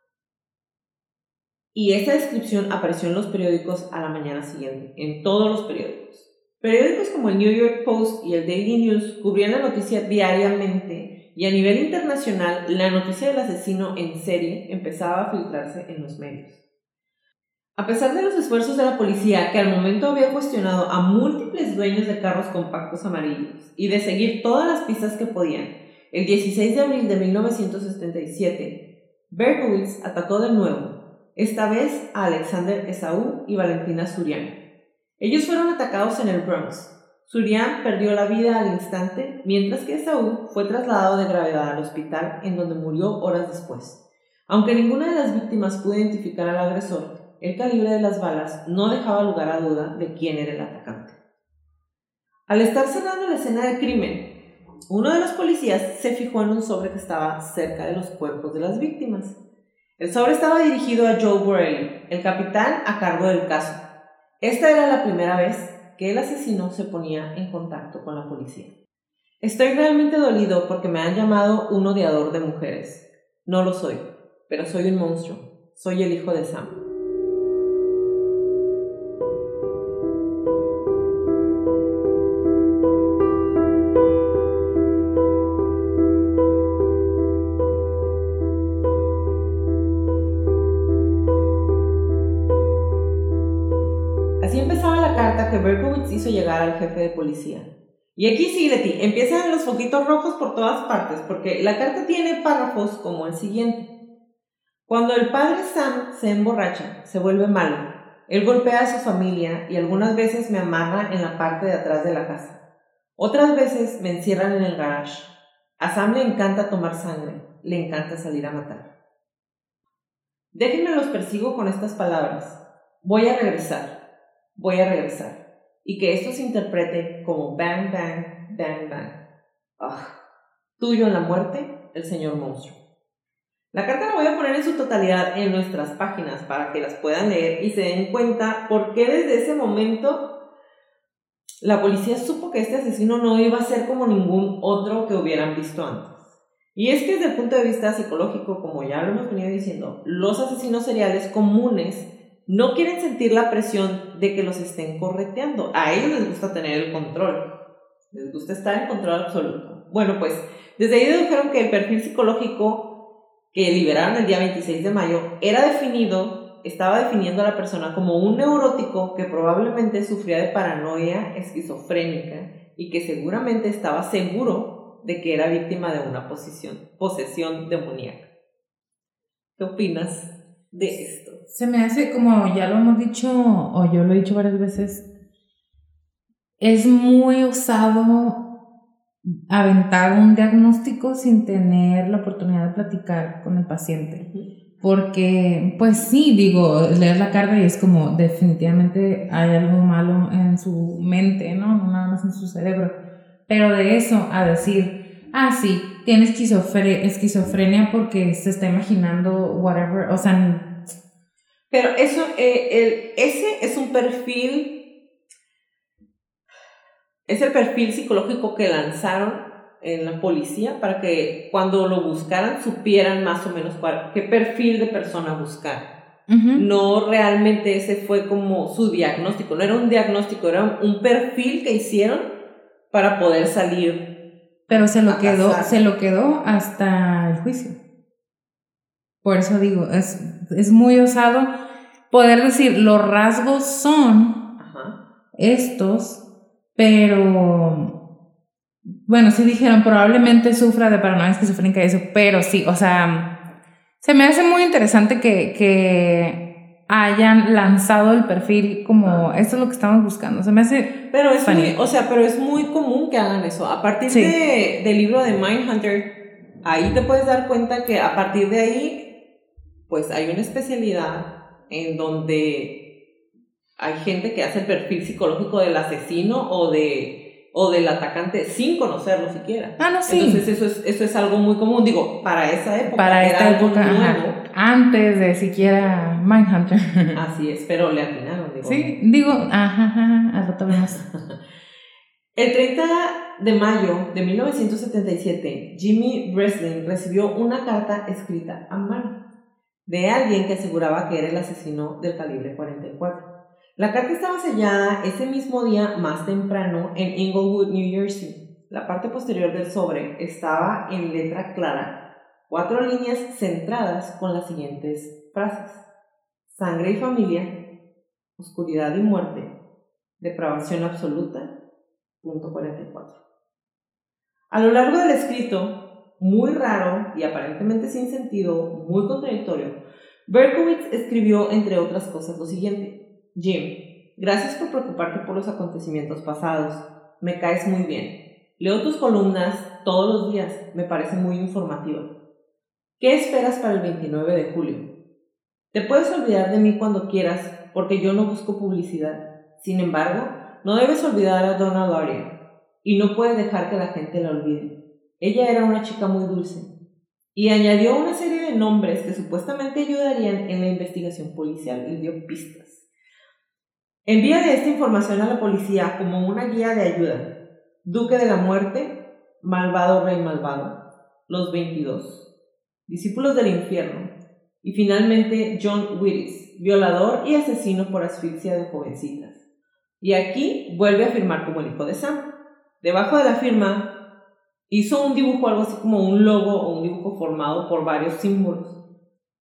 Y esta descripción apareció en los periódicos a la mañana siguiente, en todos los periódicos. Periódicos como el New York Post y el Daily News cubrían la noticia diariamente y a nivel internacional la noticia del asesino en serie empezaba a filtrarse en los medios. A pesar de los esfuerzos de la policía, que al momento había cuestionado a múltiples dueños de carros compactos amarillos y de seguir todas las pistas que podían, el dieciséis de abril de mil novecientos setenta y siete, Berkowitz atacó de nuevo, esta vez a Alexander Esaú y Valentina Zurian. Ellos fueron atacados en el Bronx. Zurian perdió la vida al instante, mientras que Esaú fue trasladado de gravedad al hospital, en donde murió horas después. Aunque ninguna de las víctimas pudo identificar al agresor, el calibre de las balas no dejaba lugar a duda de quién era el atacante. Al estar cerrando la escena del crimen, uno de los policías se fijó en un sobre que estaba cerca de los cuerpos de las víctimas. El sobre estaba dirigido a Joe Borelli, el capitán a cargo del caso. Esta era la primera vez que el asesino se ponía en contacto con la policía. Estoy realmente dolido porque me han llamado un odiador de mujeres. No lo soy, pero soy un monstruo. Soy el hijo de Sam. Así empezaba la carta que Berkowitz hizo llegar al jefe de policía. Y aquí sí, Leti, empiezan los foquitos rojos por todas partes, porque la carta tiene párrafos como el siguiente. Cuando el padre Sam se emborracha, se vuelve malo. Él golpea a su familia y algunas veces me amarra en la parte de atrás de la casa. Otras veces me encierran en el garage. A Sam le encanta tomar sangre, le encanta salir a matar. Déjenme los persigo con estas palabras. Voy a regresar. Voy a regresar. Y que esto se interprete como bang, bang, bang, bang. Ah, tuyo en la muerte, el señor monstruo. La carta la voy a poner en su totalidad en nuestras páginas para que las puedan leer y se den cuenta por qué desde ese momento la policía supo que este asesino no iba a ser como ningún otro que hubieran visto antes. Y es que desde el punto de vista psicológico, como ya lo hemos venido diciendo, los asesinos seriales comunes no quieren sentir la presión de que los estén correteando. A ellos les gusta tener el control. Les gusta estar en control absoluto. Bueno, pues desde ahí dedujeron que el perfil psicológico que liberaron el día veintiséis de mayo era definido, estaba definiendo a la persona como un neurótico que probablemente sufría de paranoia esquizofrénica y que seguramente estaba seguro de que era víctima de una posesión, posesión demoníaca. ¿Qué opinas de esto? Se me hace, como ya lo hemos dicho, o yo lo he dicho varias veces, es muy osado aventar un diagnóstico sin tener la oportunidad de platicar con el paciente. Porque, pues sí, digo, leer la carta y es como definitivamente hay algo malo en su mente, ¿no? No nada más en su cerebro. Pero de eso a decir, ah, sí, tiene esquizofre- esquizofrenia porque se está imaginando whatever, o sea... Pero eso, eh, el, ese es un perfil, es el perfil psicológico que lanzaron en la policía para que cuando lo buscaran supieran más o menos cuál, qué perfil de persona buscar. Uh-huh. No realmente ese fue como su diagnóstico, no era un diagnóstico, era un perfil que hicieron para poder salir. Pero se lo quedó, se lo quedó hasta el juicio. Por eso digo, es, es muy osado poder decir, los rasgos son Ajá. estos, pero, bueno, sí dijeron, probablemente sufra de paranoia esquizofrénica y eso, pero sí, o sea, se me hace muy interesante que, que hayan lanzado el perfil como, esto es lo que estamos buscando, se me hace pero es muy, o sea, pero es muy común que hagan eso, a partir sí. de, del libro de Mindhunter, ahí te puedes dar cuenta que a partir de ahí pues hay una especialidad en donde hay gente que hace el perfil psicológico del asesino o, de, o del atacante sin conocerlo siquiera. Ah, no, sí. Entonces eso es, eso es algo muy común, digo, para esa época. Para era esta algo época, nuevo. Ajá. Antes de siquiera Mindhunter. Así es, pero le atinaron, digo. Sí, digo, ajá, ajá, al rato vemos. El treinta de mayo de mil novecientos setenta y siete, Jimmy Breslin recibió una carta escrita a mano de alguien que aseguraba que era el asesino del calibre cuarenta y cuatro. La carta estaba sellada ese mismo día más temprano en Inglewood, New Jersey. La parte posterior del sobre estaba en letra clara, cuatro líneas centradas con las siguientes frases: sangre y familia, oscuridad y muerte, depravación absoluta, punto cuarenta y cuatro. A lo largo del escrito, muy raro y aparentemente sin sentido, muy contradictorio, Berkowitz escribió, entre otras cosas, lo siguiente: Jim, gracias por preocuparte por los acontecimientos pasados. Me caes muy bien. Leo tus columnas todos los días. Me parece muy informativa. ¿Qué esperas para el veintinueve de julio? Te puedes olvidar de mí cuando quieras, porque yo no busco publicidad. Sin embargo, no debes olvidar a Donna Laurier, y no puedes dejar que la gente la olvide. Ella era una chica muy dulce. Y añadió una serie de nombres que supuestamente ayudarían en la investigación policial y dio pistas. Envíale esta información a la policía como una guía de ayuda. Duque de la Muerte, malvado rey malvado, los veintidós, discípulos del infierno, y finalmente John Willis, violador y asesino por asfixia de jovencitas. Y aquí vuelve a firmar como el hijo de Sam. Debajo de la firma hizo un dibujo, algo así como un logo o un dibujo formado por varios símbolos.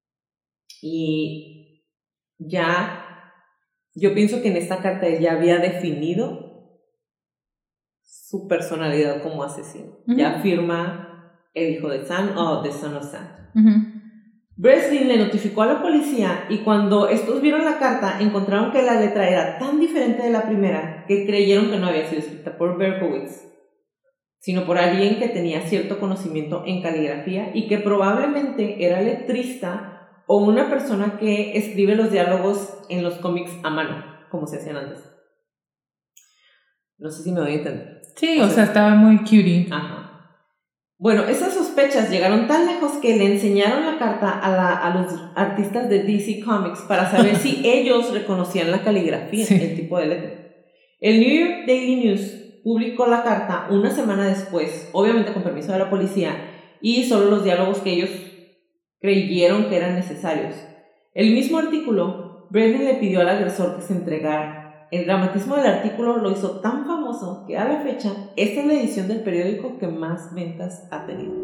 Y ya, yo pienso que en esta carta él ya había definido su personalidad como asesino. Uh-huh. Ya afirma el hijo de Sam o The Son of Sam. Uh-huh. Breslin le notificó a la policía y cuando estos vieron la carta encontraron que la letra era tan diferente de la primera que creyeron que no había sido escrita por Berkowitz, sino por alguien que tenía cierto conocimiento en caligrafía y que probablemente era letrista o una persona que escribe los diálogos en los cómics a mano, como se hacían antes. No sé si me voy a entender. Sí, o, o sea, sea, estaba muy cutie. Ajá. Bueno, esas sospechas llegaron tan lejos que le enseñaron la carta a, la, a los artistas de D C Comics para saber si ellos reconocían la caligrafía, sí. El tipo de letra. El New York Daily News publicó la carta una semana después, obviamente con permiso de la policía, y solo los diálogos que ellos creyeron que eran necesarios. El mismo artículo, Breslin le pidió al agresor que se entregara. El dramatismo del artículo lo hizo tan famoso que a la fecha esta es la edición del periódico que más ventas ha tenido.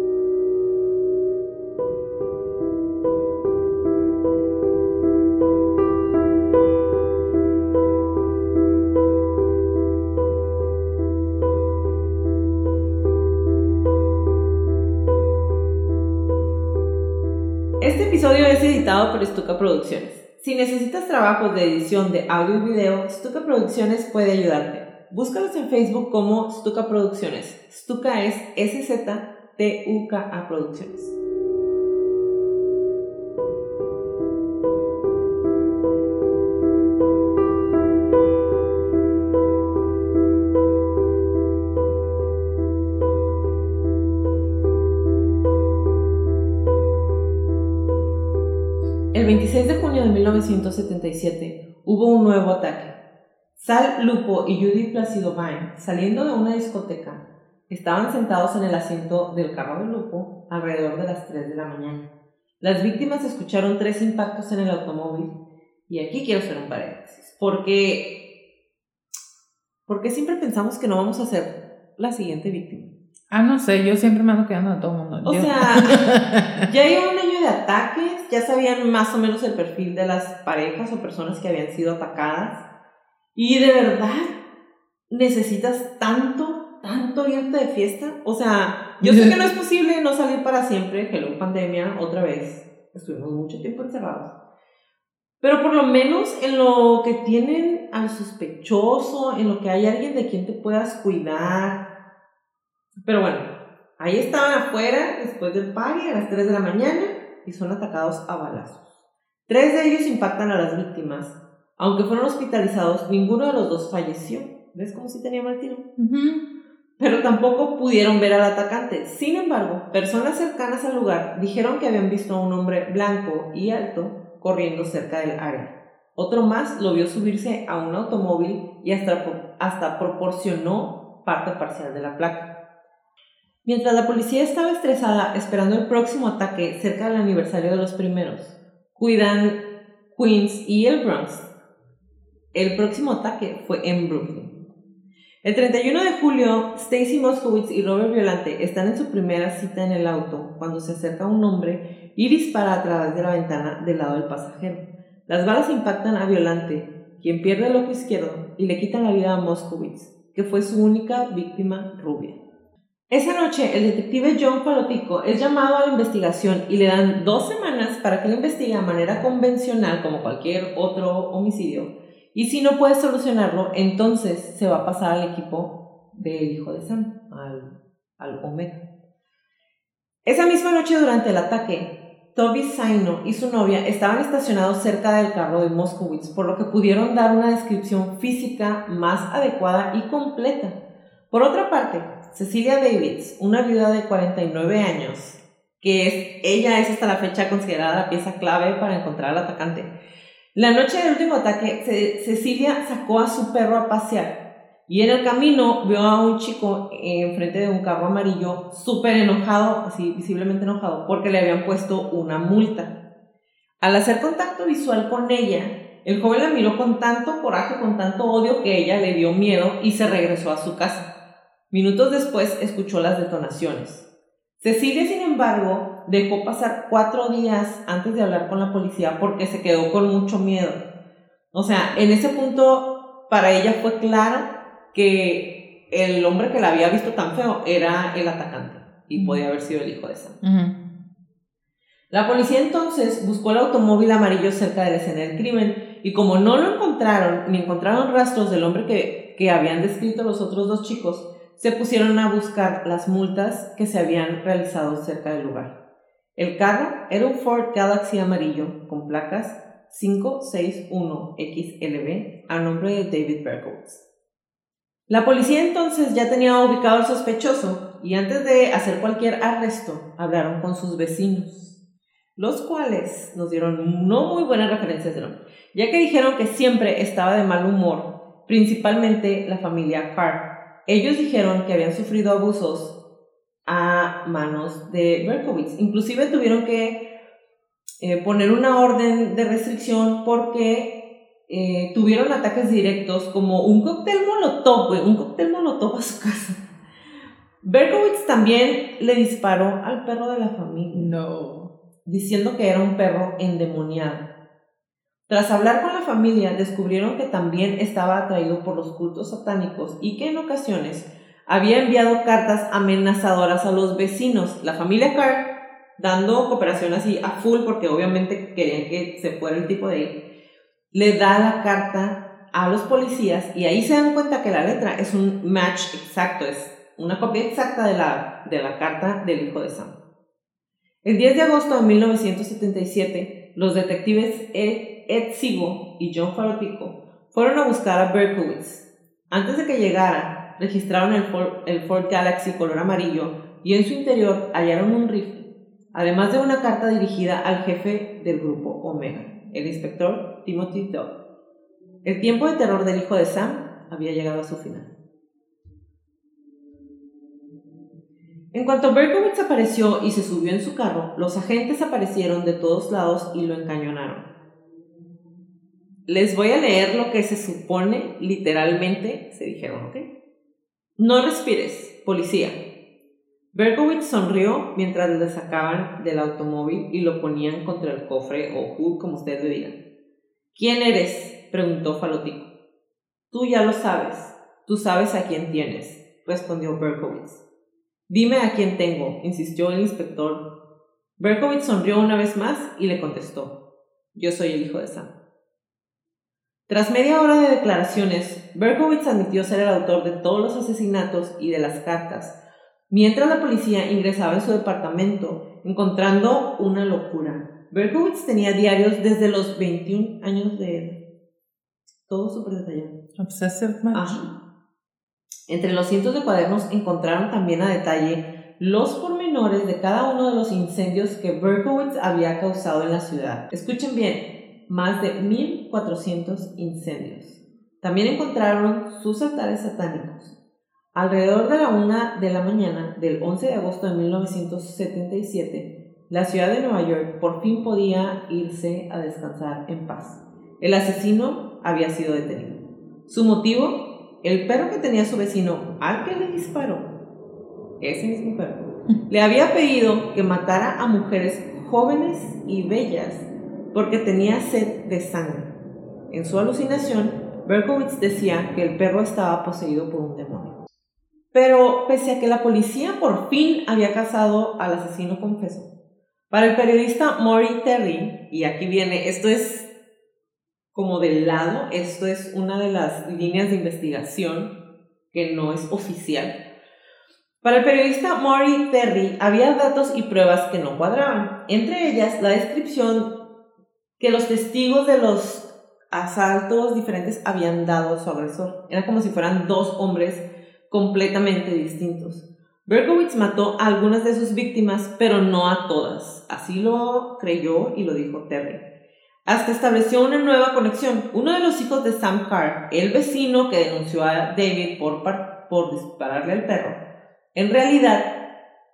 Este episodio es editado por Stuka Producciones. Si necesitas trabajos de edición de audio y video, Stuka Producciones puede ayudarte. Búscalos en Facebook como Stuka Producciones. Stuka es S Z T U K A Producciones. El veintiséis de junio de mil novecientos setenta y siete hubo un nuevo ataque. Sal Lupo y Judy Placido Vine, saliendo de una discoteca, estaban sentados en el asiento del carro de Lupo alrededor de las tres de la mañana. Las víctimas escucharon tres impactos en el automóvil y aquí quiero hacer un paréntesis porque, porque siempre pensamos que no vamos a ser la siguiente víctima. Ah, no sé, yo siempre me ando quedando a todo el mundo. O yo. sea, ya iba un año de ataques, ya sabían más o menos el perfil de las parejas o personas que habían sido atacadas. Y de verdad, necesitas tanto, tanto irte de fiesta. O sea, yo sé que no es posible no salir para siempre. Hello, pandemia, otra vez. Estuvimos mucho tiempo encerrados. Pero por lo menos en lo que tienen al sospechoso, en lo que hay alguien de quien te puedas cuidar. Pero bueno, ahí estaban afuera después del party a las tres de la mañana y son atacados a balazos. Tres de ellos impactan a las víctimas. Aunque fueron hospitalizados, ninguno de los dos falleció. ¿Ves cómo si tenía mal tiro? Uh-huh. Pero tampoco pudieron ver al atacante. Sin embargo, personas cercanas al lugar dijeron que habían visto a un hombre blanco y alto corriendo cerca del área. Otro más lo vio subirse a un automóvil y hasta, hasta proporcionó parte parcial de la placa. Mientras la policía estaba estresada esperando el próximo ataque cerca del aniversario de los primeros, cuidan Queens y el Bronx, el próximo ataque fue en Brooklyn. El treinta y uno de julio, Stacy Moskowitz y Robert Violante están en su primera cita en el auto cuando se acerca un hombre y dispara a través de la ventana del lado del pasajero. Las balas impactan a Violante, quien pierde el ojo izquierdo, y le quitan la vida a Moskowitz, que fue su única víctima rubia. Esa noche, el detective John Falotico es llamado a la investigación y le dan dos semanas para que lo investigue de manera convencional como cualquier otro homicidio. Y si no puede solucionarlo, entonces se va a pasar al equipo del hijo de Sam, al, al Omega. Esa misma noche durante el ataque, Toby Zaino y su novia estaban estacionados cerca del carro de Moskowitz, por lo que pudieron dar una descripción física más adecuada y completa. Por otra parte, Cecilia Davids, una viuda de cuarenta y nueve años, que es, ella es hasta la fecha considerada la pieza clave para encontrar al atacante. La noche del último ataque, Cecilia sacó a su perro a pasear y en el camino vio a un chico enfrente de un carro amarillo súper enojado, así visiblemente enojado, porque le habían puesto una multa. Al hacer contacto visual con ella, el joven la miró con tanto coraje, con tanto odio, que ella le dio miedo y se regresó a su casa. Minutos después escuchó las detonaciones. Cecilia, sin embargo, dejó pasar cuatro días antes de hablar con la policía porque se quedó con mucho miedo. O sea, en ese punto para ella fue claro que el hombre que la había visto tan feo era el atacante y podía haber sido el hijo de Sam. Uh-huh. La policía entonces buscó el automóvil amarillo cerca de la escena del crimen y como no lo encontraron ni encontraron rastros del hombre que, que habían descrito los otros dos chicos, se pusieron a buscar las multas que se habían realizado cerca del lugar. El carro era un Ford Galaxy amarillo con placas cinco seis uno X L B a nombre de David Berkowitz. La policía entonces ya tenía ubicado al sospechoso y antes de hacer cualquier arresto hablaron con sus vecinos, los cuales nos dieron no muy buenas referencias del hombre, ya que dijeron que siempre estaba de mal humor, principalmente la familia Carr. Ellos dijeron que habían sufrido abusos a manos de Berkowitz. Inclusive tuvieron que eh, poner una orden de restricción porque eh, tuvieron ataques directos como un cóctel molotov, güey, un cóctel molotov a su casa. Berkowitz también le disparó al perro de la familia. No. Diciendo que era un perro endemoniado. Tras hablar con la familia, descubrieron que también estaba atraído por los cultos satánicos y que en ocasiones había enviado cartas amenazadoras a los vecinos. La familia Carr, dando cooperación así a full, porque obviamente querían que se fuera el tipo de ahí, le da la carta a los policías y ahí se dan cuenta que la letra es un match exacto, es una copia exacta de la, de la carta del hijo de Sam. El diez de agosto de mil novecientos setenta y siete, los detectives Ed Ed Sigo y John Falotico fueron a buscar a Berkowitz. Antes de que llegara, registraron el Ford, el Ford Galaxy color amarillo y en su interior hallaron un rifle, además de una carta dirigida al jefe del grupo Omega, el inspector Timothy Dodd. El tiempo de terror del hijo de Sam había llegado a su final. En cuanto Berkowitz apareció y se subió en su carro, los agentes aparecieron de todos lados y lo encañonaron. Les voy a leer lo que se supone literalmente se dijeron, ¿ok? No respires, policía. Berkowitz sonrió mientras le sacaban del automóvil y lo ponían contra el cofre o hood, como ustedes le digan. ¿Quién eres?, preguntó Falotico. Tú ya lo sabes. Tú sabes a quién tienes, respondió Berkowitz. Dime a quién tengo, insistió el inspector. Berkowitz sonrió una vez más y le contestó. Yo soy el hijo de Sam. Tras media hora de declaraciones, Berkowitz admitió ser el autor de todos los asesinatos y de las cartas, mientras la policía ingresaba en su departamento, encontrando una locura. Berkowitz tenía diarios desde los veintiún años de edad. Todo súper detallado. Obsessive match. Ajá. Entre los cientos de cuadernos encontraron también a detalle los pormenores de cada uno de los incendios que Berkowitz había causado en la ciudad. Escuchen bien. Más de mil cuatrocientos incendios. También encontraron sus altares satánicos, Alrededor de la una de la mañana del once de agosto de mil novecientos setenta y siete, la ciudad de Nueva York por fin podía irse a descansar en paz. El asesino había sido detenido. Su motivo, el perro que tenía su vecino al que le disparó, ese mismo perro, le había pedido que matara a mujeres jóvenes y bellas porque tenía sed de sangre. En su alucinación, Berkowitz decía que el perro estaba poseído por un demonio. Pero pese a que la policía por fin había cazado al asesino confeso, para el periodista Maury Terry, y aquí viene, esto es como del lado, esto es una de las líneas de investigación que no es oficial. Para el periodista Maury Terry había datos y pruebas que no cuadraban, entre ellas la descripción que los testigos de los asaltos diferentes habían dado a su agresor. Era como si fueran dos hombres completamente distintos. Berkowitz mató a algunas de sus víctimas, pero no a todas. Así lo creyó y lo dijo Terry. Hasta estableció una nueva conexión. Uno de los hijos de Sam Carr, el vecino que denunció a David por, por dispararle al perro, en realidad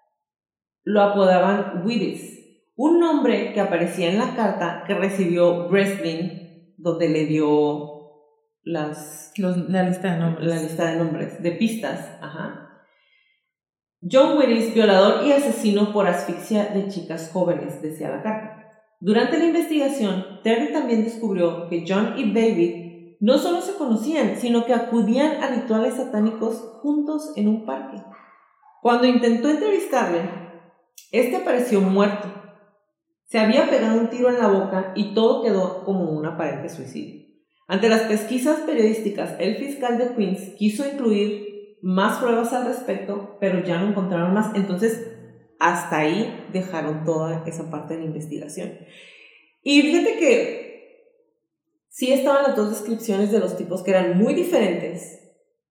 lo apodaban Willis, un nombre que aparecía en la carta que recibió Breslin, donde le dio las, Los, la lista de nombres. La lista de nombres, de pistas. Ajá. John Willis, violador y asesino por asfixia de chicas jóvenes, decía la carta. Durante la investigación, Terry también descubrió que John y David no solo se conocían, sino que acudían a rituales satánicos juntos en un parque. Cuando intentó entrevistarle, este apareció muerto. Se había pegado un tiro en la boca y todo quedó como un aparente suicidio. Ante las pesquisas periodísticas, el fiscal de Queens quiso incluir más pruebas al respecto, pero ya no encontraron más. Entonces, hasta ahí dejaron toda esa parte de la investigación. Y fíjate que sí estaban las dos descripciones de los tipos que eran muy diferentes.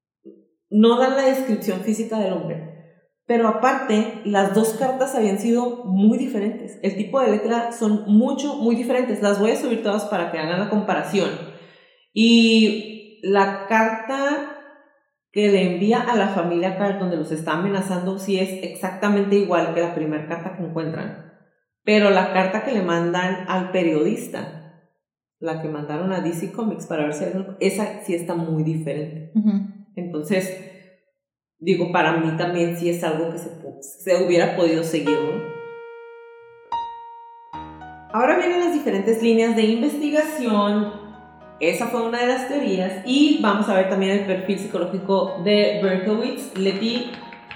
No dan la descripción física del hombre, pero aparte, las dos cartas habían sido muy diferentes. El tipo de letra son mucho, muy diferentes. Las voy a subir todas para que hagan la comparación. Y la carta que le envía a la familia Carr, donde los está amenazando, sí es exactamente igual que la primera carta que encuentran. Pero la carta que le mandan al periodista, la que mandaron a D C Comics para ver si hay algo, esa sí está muy diferente. Uh-huh. Entonces, digo, para mí también sí es algo que se, se hubiera podido seguir, ¿no? Ahora vienen las diferentes líneas de investigación. Esa fue una de las teorías. Y vamos a ver también el perfil psicológico de Berkowitz. Leti,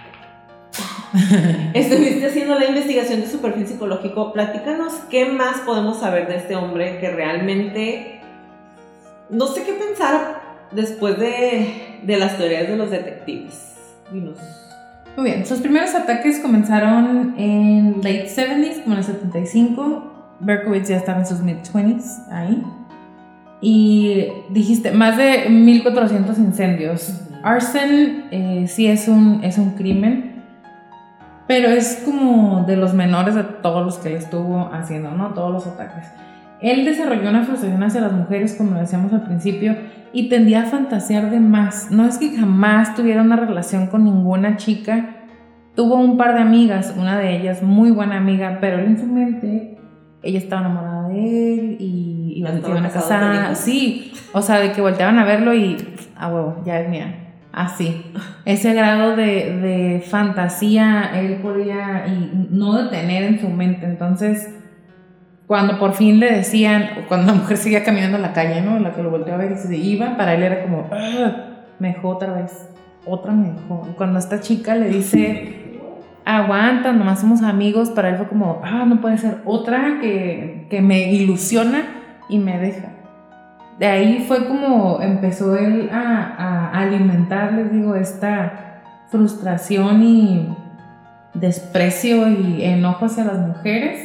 estuviste haciendo la investigación de su perfil psicológico. Platícanos qué más podemos saber de este hombre que realmente no sé qué pensar después de, de las teorías de los detectives. Dinos. Muy bien, sus primeros ataques comenzaron en late seventies, como en el setenta y cinco. Berkowitz ya estaba en sus mid twenties ahí. Y dijiste, más de mil cuatrocientos incendios. Uh-huh. Arson eh, sí es un, es un crimen, pero es como de los menores de todos los que él estuvo haciendo, ¿no? Todos los ataques. Él desarrolló una frustración hacia las mujeres, como lo decíamos al principio, y tendía a fantasear de más. No es que jamás tuviera una relación con ninguna chica. Tuvo un par de amigas, una de ellas muy buena amiga, pero él en su mente, ella estaba enamorada de él y iban, iban a casar. Sí, o sea, de que volteaban a verlo y a ah, huevo, ya es mía. Así. Ese grado de, de fantasía él podía y no detener en su mente. Entonces, cuando por fin le decían, o cuando la mujer seguía caminando en la calle, ¿no? La que lo volteó a ver y se iba, para él era como, me dejó otra vez, otra me dejó. Y cuando esta chica le dice, aguanta, nomás somos amigos, para él fue como, ah, no puede ser otra que, que me ilusiona y me deja. De ahí fue como empezó él a, a alimentar, les digo, esta frustración y desprecio y enojo hacia las mujeres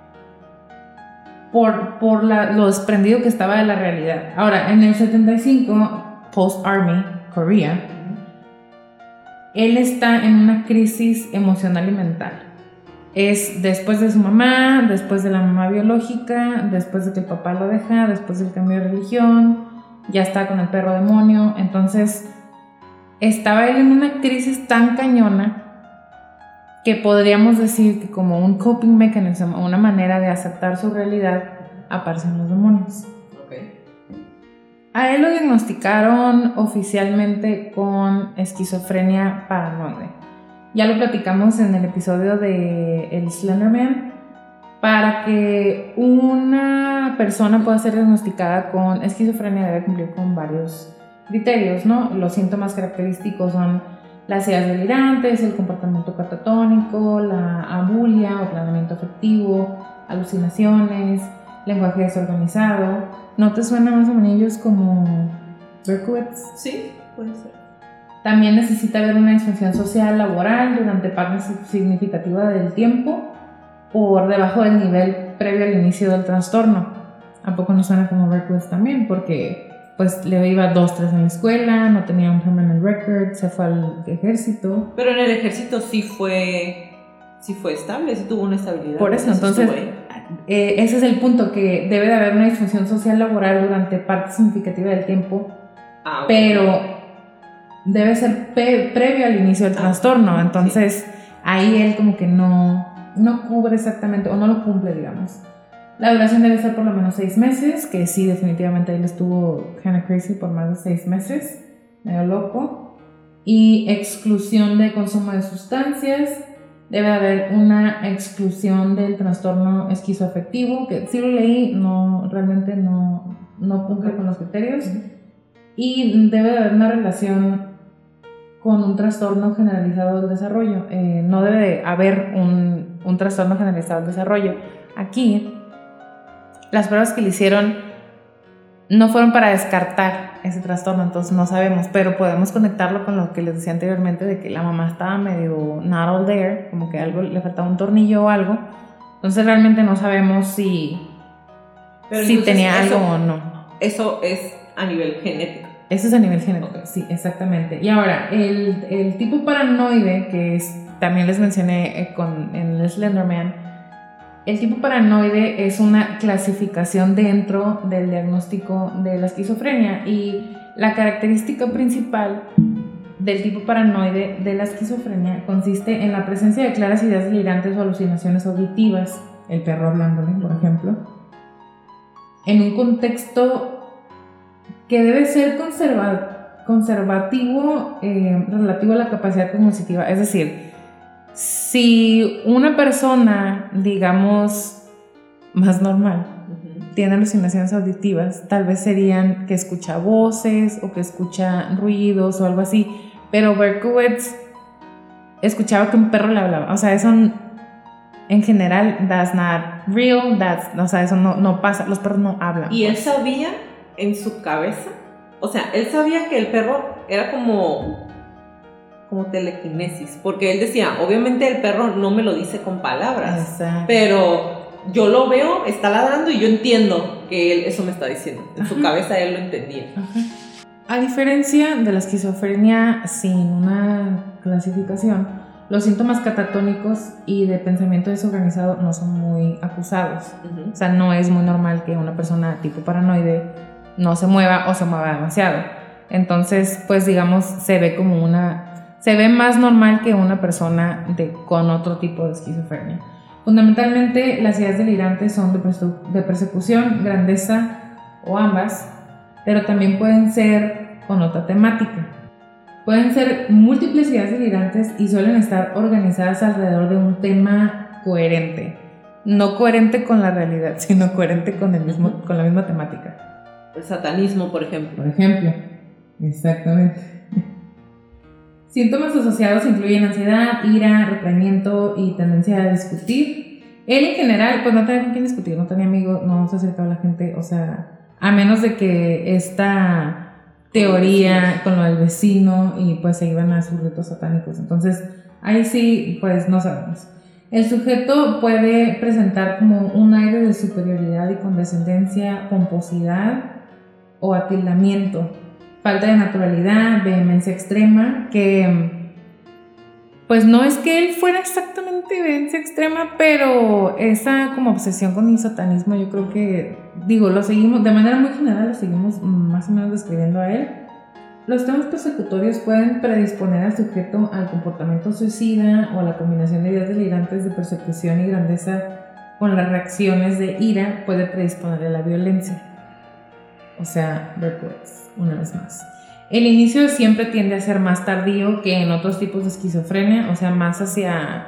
por, por la, lo desprendido que estaba de la realidad. Ahora, en el setenta y cinco, post-Army, Korea, él está en una crisis emocional y mental. Es después de su mamá, después de la mamá biológica, después de que el papá lo deja, después del cambio de religión, ya está con el perro demonio. Entonces, estaba él en una crisis tan cañona que podríamos decir que como un coping mechanism, una manera de aceptar su realidad, aparecen los demonios. Okay. A él lo diagnosticaron oficialmente con esquizofrenia paranoide. Ya lo platicamos en el episodio de El Slenderman. Para que una persona pueda ser diagnosticada con esquizofrenia debe cumplir con varios criterios, ¿no? Los síntomas característicos son las ideas delirantes, el comportamiento catatónico, la abulia o planeamiento afectivo, alucinaciones, lenguaje desorganizado. ¿No te suena más o menos como Berkowitz? Sí, puede ser. También necesita haber una disfunción social laboral durante parte significativa del tiempo por debajo del nivel previo al inicio del trastorno. ¿A poco no suena como Berkowitz también? Porque pues le iba dos, tres en la escuela, no tenía un permanent record, se fue al ejército. Pero en el ejército sí fue, sí fue estable, sí tuvo una estabilidad. Por eso, entonces, eh, ese es el punto, que debe de haber una disfunción social laboral durante parte significativa del tiempo, ah, okay. Pero debe ser pe- previo al inicio del ah, trastorno, entonces sí. Ahí él como que no... no cubre exactamente, o no lo cumple, digamos. La duración debe ser por lo menos seis meses, que sí, definitivamente él estuvo kinda crazy por más de seis meses, medio loco. Y exclusión de consumo de sustancias. Debe haber una exclusión del trastorno esquizoafectivo, que sí lo leí, no, realmente no, no cumple con los criterios. Y debe de haber una relación con un trastorno generalizado del desarrollo. Eh, no debe de haber un, un trastorno generalizado del desarrollo. Aquí, las pruebas que le hicieron no fueron para descartar ese trastorno, entonces no sabemos, pero podemos conectarlo con lo que les decía anteriormente, de que la mamá estaba medio not all there, como que algo le faltaba un tornillo o algo. Entonces realmente no sabemos si, si tenía eso, algo o no. Eso es a nivel genético. Eso es a nivel genético, sí, exactamente. Y ahora, el, el tipo paranoide, que es, también les mencioné con, en el Slenderman, el tipo paranoide es una clasificación dentro del diagnóstico de la esquizofrenia, y la característica principal del tipo paranoide de la esquizofrenia consiste en la presencia de claras ideas delirantes o alucinaciones auditivas, el perro hablándole, por ejemplo, en un contexto que debe ser conserva, conservativo eh, relativo a la capacidad cognitiva. Es decir, si una persona, digamos, más normal, uh-huh. tiene alucinaciones auditivas, tal vez serían que escucha voces o que escucha ruidos o algo así, pero Berkowitz escuchaba que un perro le hablaba. O sea, eso en general, that's not real, that's, o sea, eso no, no pasa, los perros no hablan. Y él sabía en su cabeza, o sea, él sabía que el perro era como como telequinesis, porque él decía, obviamente el perro no me lo dice con palabras, exacto. Pero yo lo veo, está ladrando y yo entiendo que él eso me está diciendo. En Ajá. su cabeza él lo entendía. Ajá. A diferencia de la esquizofrenia sin una clasificación, los síntomas catatónicos y de pensamiento desorganizado no son muy acusados. Uh-huh. O sea, no es muy normal que una persona tipo paranoide no se mueva o se mueva demasiado. Entonces, pues digamos, se ve como una... se ve más normal que una persona de, con otro tipo de esquizofrenia. Fundamentalmente, las ideas delirantes son de, perse- de persecución, grandeza o ambas, pero también pueden ser con otra temática. Pueden ser múltiples ideas delirantes y suelen estar organizadas alrededor de un tema coherente. No coherente con la realidad, sino coherente con, el mismo, con la misma temática. El satanismo, por ejemplo. Por ejemplo, exactamente. Síntomas asociados incluyen ansiedad, ira, retraimiento y tendencia a discutir. Él en general, pues no tenía con quién discutir, no tenía amigos, no se acercaba a la gente, o sea, a menos de que esta teoría con lo del vecino y pues se iban a sus ritos satánicos. Entonces, ahí sí, pues no sabemos. El sujeto puede presentar como un aire de superioridad y condescendencia, pomposidad o atildamiento, falta de naturalidad, vehemencia extrema, que pues no es que él fuera exactamente vehemencia extrema, pero esa como obsesión con el satanismo, yo creo que, digo, lo seguimos, de manera muy general lo seguimos más o menos describiendo a él, los temas persecutorios pueden predisponer al sujeto al comportamiento suicida o a la combinación de ideas delirantes de persecución y grandeza con las reacciones de ira puede predisponer a la violencia. O sea, Berkowitz, una vez más. El inicio siempre tiende a ser más tardío que en otros tipos de esquizofrenia, o sea, más hacia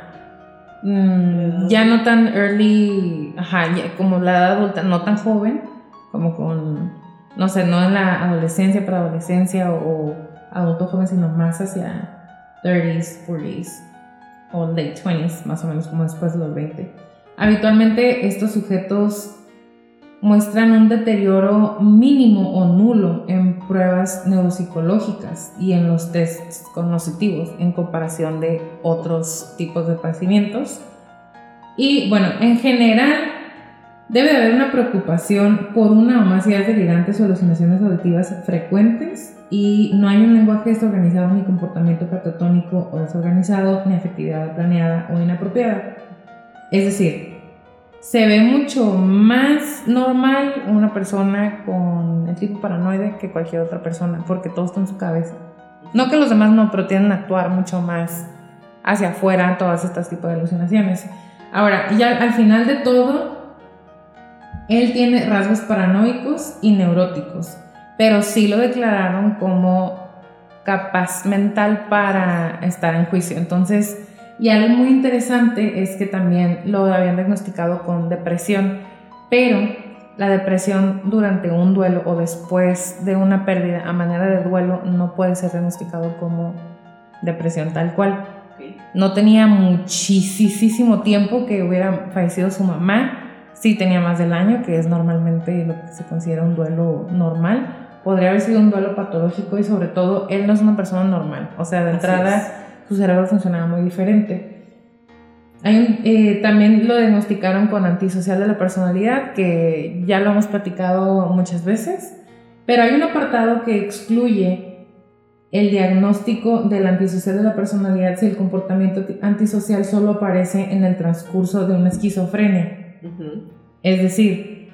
mmm, ya no tan early, ajá, ya, como la edad adulta, no tan joven, como con, no sé, no en la adolescencia, preadolescencia o, o adulto joven, sino más hacia thirties, forties o late twenties, más o menos como después de los veinte. Habitualmente estos sujetos muestran un deterioro mínimo o nulo en pruebas neuropsicológicas y en los tests cognitivos en comparación de otros tipos de padecimientos. Y bueno, en general debe de haber una preocupación por una o más ideas delirantes o alucinaciones auditivas frecuentes y no hay un lenguaje desorganizado ni comportamiento catatónico o desorganizado ni afectividad planeada o inapropiada. Es decir, se ve mucho más normal una persona con el tipo paranoide que cualquier otra persona, porque todo está en su cabeza. No que los demás no, pero tienden a actuar mucho más hacia afuera todas estas tipos de alucinaciones. Ahora, ya al final de todo, él tiene rasgos paranoicos y neuróticos, pero sí lo declararon como capaz mental para estar en juicio. Entonces, y algo muy interesante es que también lo habían diagnosticado con depresión, pero la depresión durante un duelo o después de una pérdida a manera de duelo no puede ser diagnosticado como depresión tal cual. No tenía muchísimo tiempo que hubiera fallecido su mamá, sí tenía más del año, que es normalmente lo que se considera un duelo normal. Podría haber sido un duelo patológico y sobre todo él no es una persona normal, o sea, de entrada su cerebro funcionaba muy diferente. Hay un, eh, también lo diagnosticaron con antisocial de la personalidad, que ya lo hemos platicado muchas veces, pero hay un apartado que excluye el diagnóstico del antisocial de la personalidad si el comportamiento antisocial solo aparece en el transcurso de una esquizofrenia. Uh-huh. Es decir,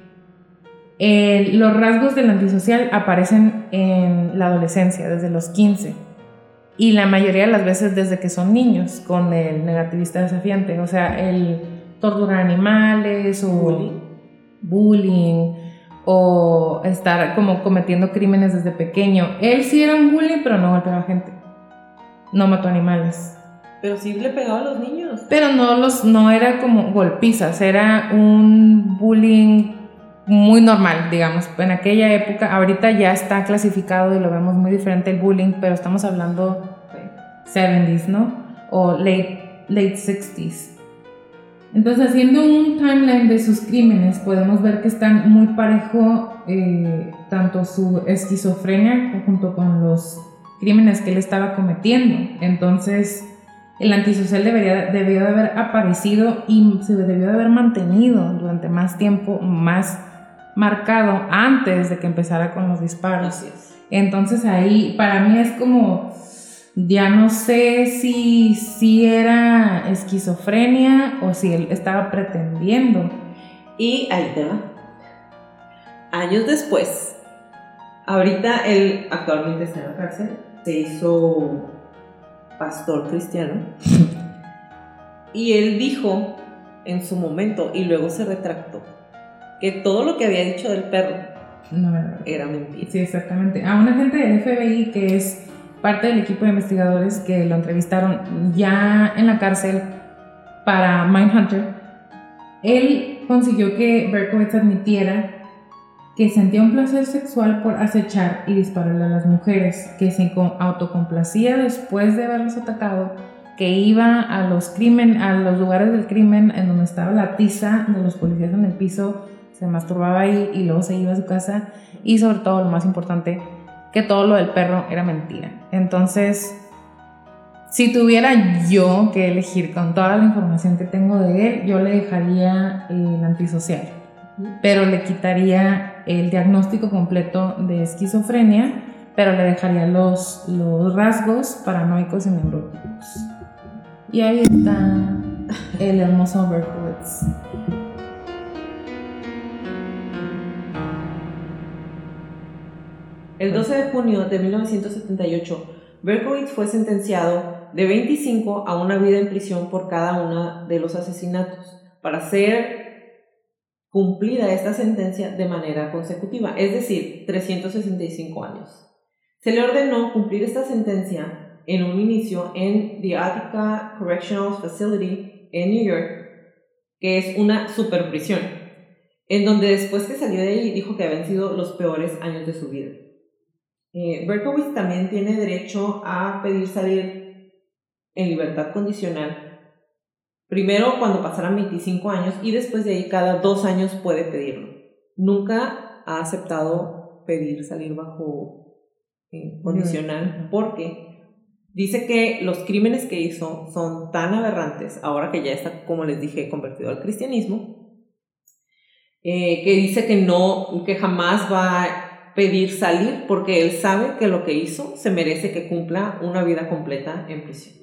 eh, los rasgos del antisocial aparecen en la adolescencia, desde los quince. Y la mayoría de las veces desde que son niños, con el negativista desafiante, o sea, el torturar animales o bullying, bullying o estar como cometiendo crímenes desde pequeño. Él sí era un bully, pero no golpeaba gente, no mató animales. Pero sí le pegaba a los niños. Pero no, los, no era como golpizas, era un bullying muy normal, digamos, en aquella época. Ahorita ya está clasificado y lo vemos muy diferente el bullying, pero estamos hablando seventies, ¿no? O late, late sixties. Entonces, haciendo un timeline de sus crímenes, podemos ver que están muy parejo, eh, tanto su esquizofrenia junto con los crímenes que él estaba cometiendo. Entonces, el antisocial debería, debió de haber aparecido y se debió de haber mantenido durante más tiempo, más marcado antes de que empezara con los disparos. Así es. Entonces ahí para mí es como, ya no sé si, si era esquizofrenia o si él estaba pretendiendo. Y ahí te va. Años después, ahorita él actualmente está en la cárcel, se hizo pastor cristiano y él dijo en su momento, y luego se retractó, que todo lo que había dicho del perro no, era mentira. Sí, exactamente. A un agente del F B I que es parte del equipo de investigadores que lo entrevistaron ya en la cárcel para Mindhunter, él consiguió que Berkowitz admitiera que sentía un placer sexual por acechar y dispararle a las mujeres, que se autocomplacía después de haberlos atacado, que iba a los, crimen, a los lugares del crimen en donde estaba la tiza de los policías en el piso, se masturbaba ahí y luego se iba a su casa, y sobre todo, lo más importante, que todo lo del perro era mentira. Entonces, si tuviera yo que elegir con toda la información que tengo de él, yo le dejaría el antisocial, pero le quitaría el diagnóstico completo de esquizofrenia, pero le dejaría los, los rasgos paranoicos y neuróticos. Y ahí está el hermoso Berkowitz. El doce de junio de mil novecientos setenta y ocho, Berkowitz fue sentenciado de veinticinco a una vida en prisión por cada uno de los asesinatos, para ser cumplida esta sentencia de manera consecutiva, es decir, trescientos sesenta y cinco años. Se le ordenó cumplir esta sentencia en un inicio en The Attica Correctional Facility en New York, que es una superprisión, en donde después que salió de ahí dijo que habían sido los peores años de su vida. Eh, Berkowitz también tiene derecho a pedir salir en libertad condicional, primero cuando pasaran veinticinco años y después de ahí cada dos años puede pedirlo. Nunca ha aceptado pedir salir bajo eh, condicional porque dice que los crímenes que hizo son tan aberrantes, ahora que ya está, como les dije, convertido al cristianismo, eh, que dice que no, que jamás va a pedir salir porque él sabe que lo que hizo se merece que cumpla una vida completa en prisión.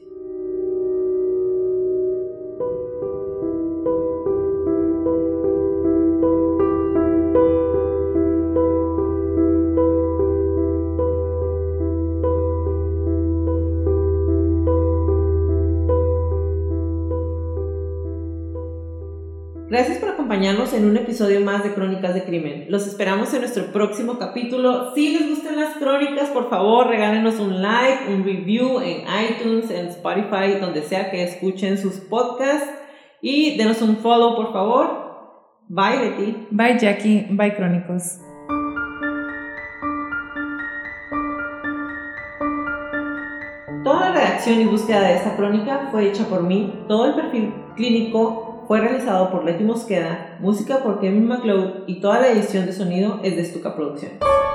Gracias por acompañarnos en un episodio más de Crónicas de Crimen. Los esperamos en nuestro próximo capítulo. Si les gustan las crónicas, por favor, regálenos un like, un review en iTunes, en Spotify, donde sea que escuchen sus podcasts. Y denos un follow, por favor. Bye, Betty. Bye, Jackie. Bye, Crónicos. Toda la redacción y búsqueda de esta crónica fue hecha por mí. Todo el perfil clínico fue realizado por Leti Mosqueda, música por Kevin MacLeod y toda la edición de sonido es de Stuka Producciones.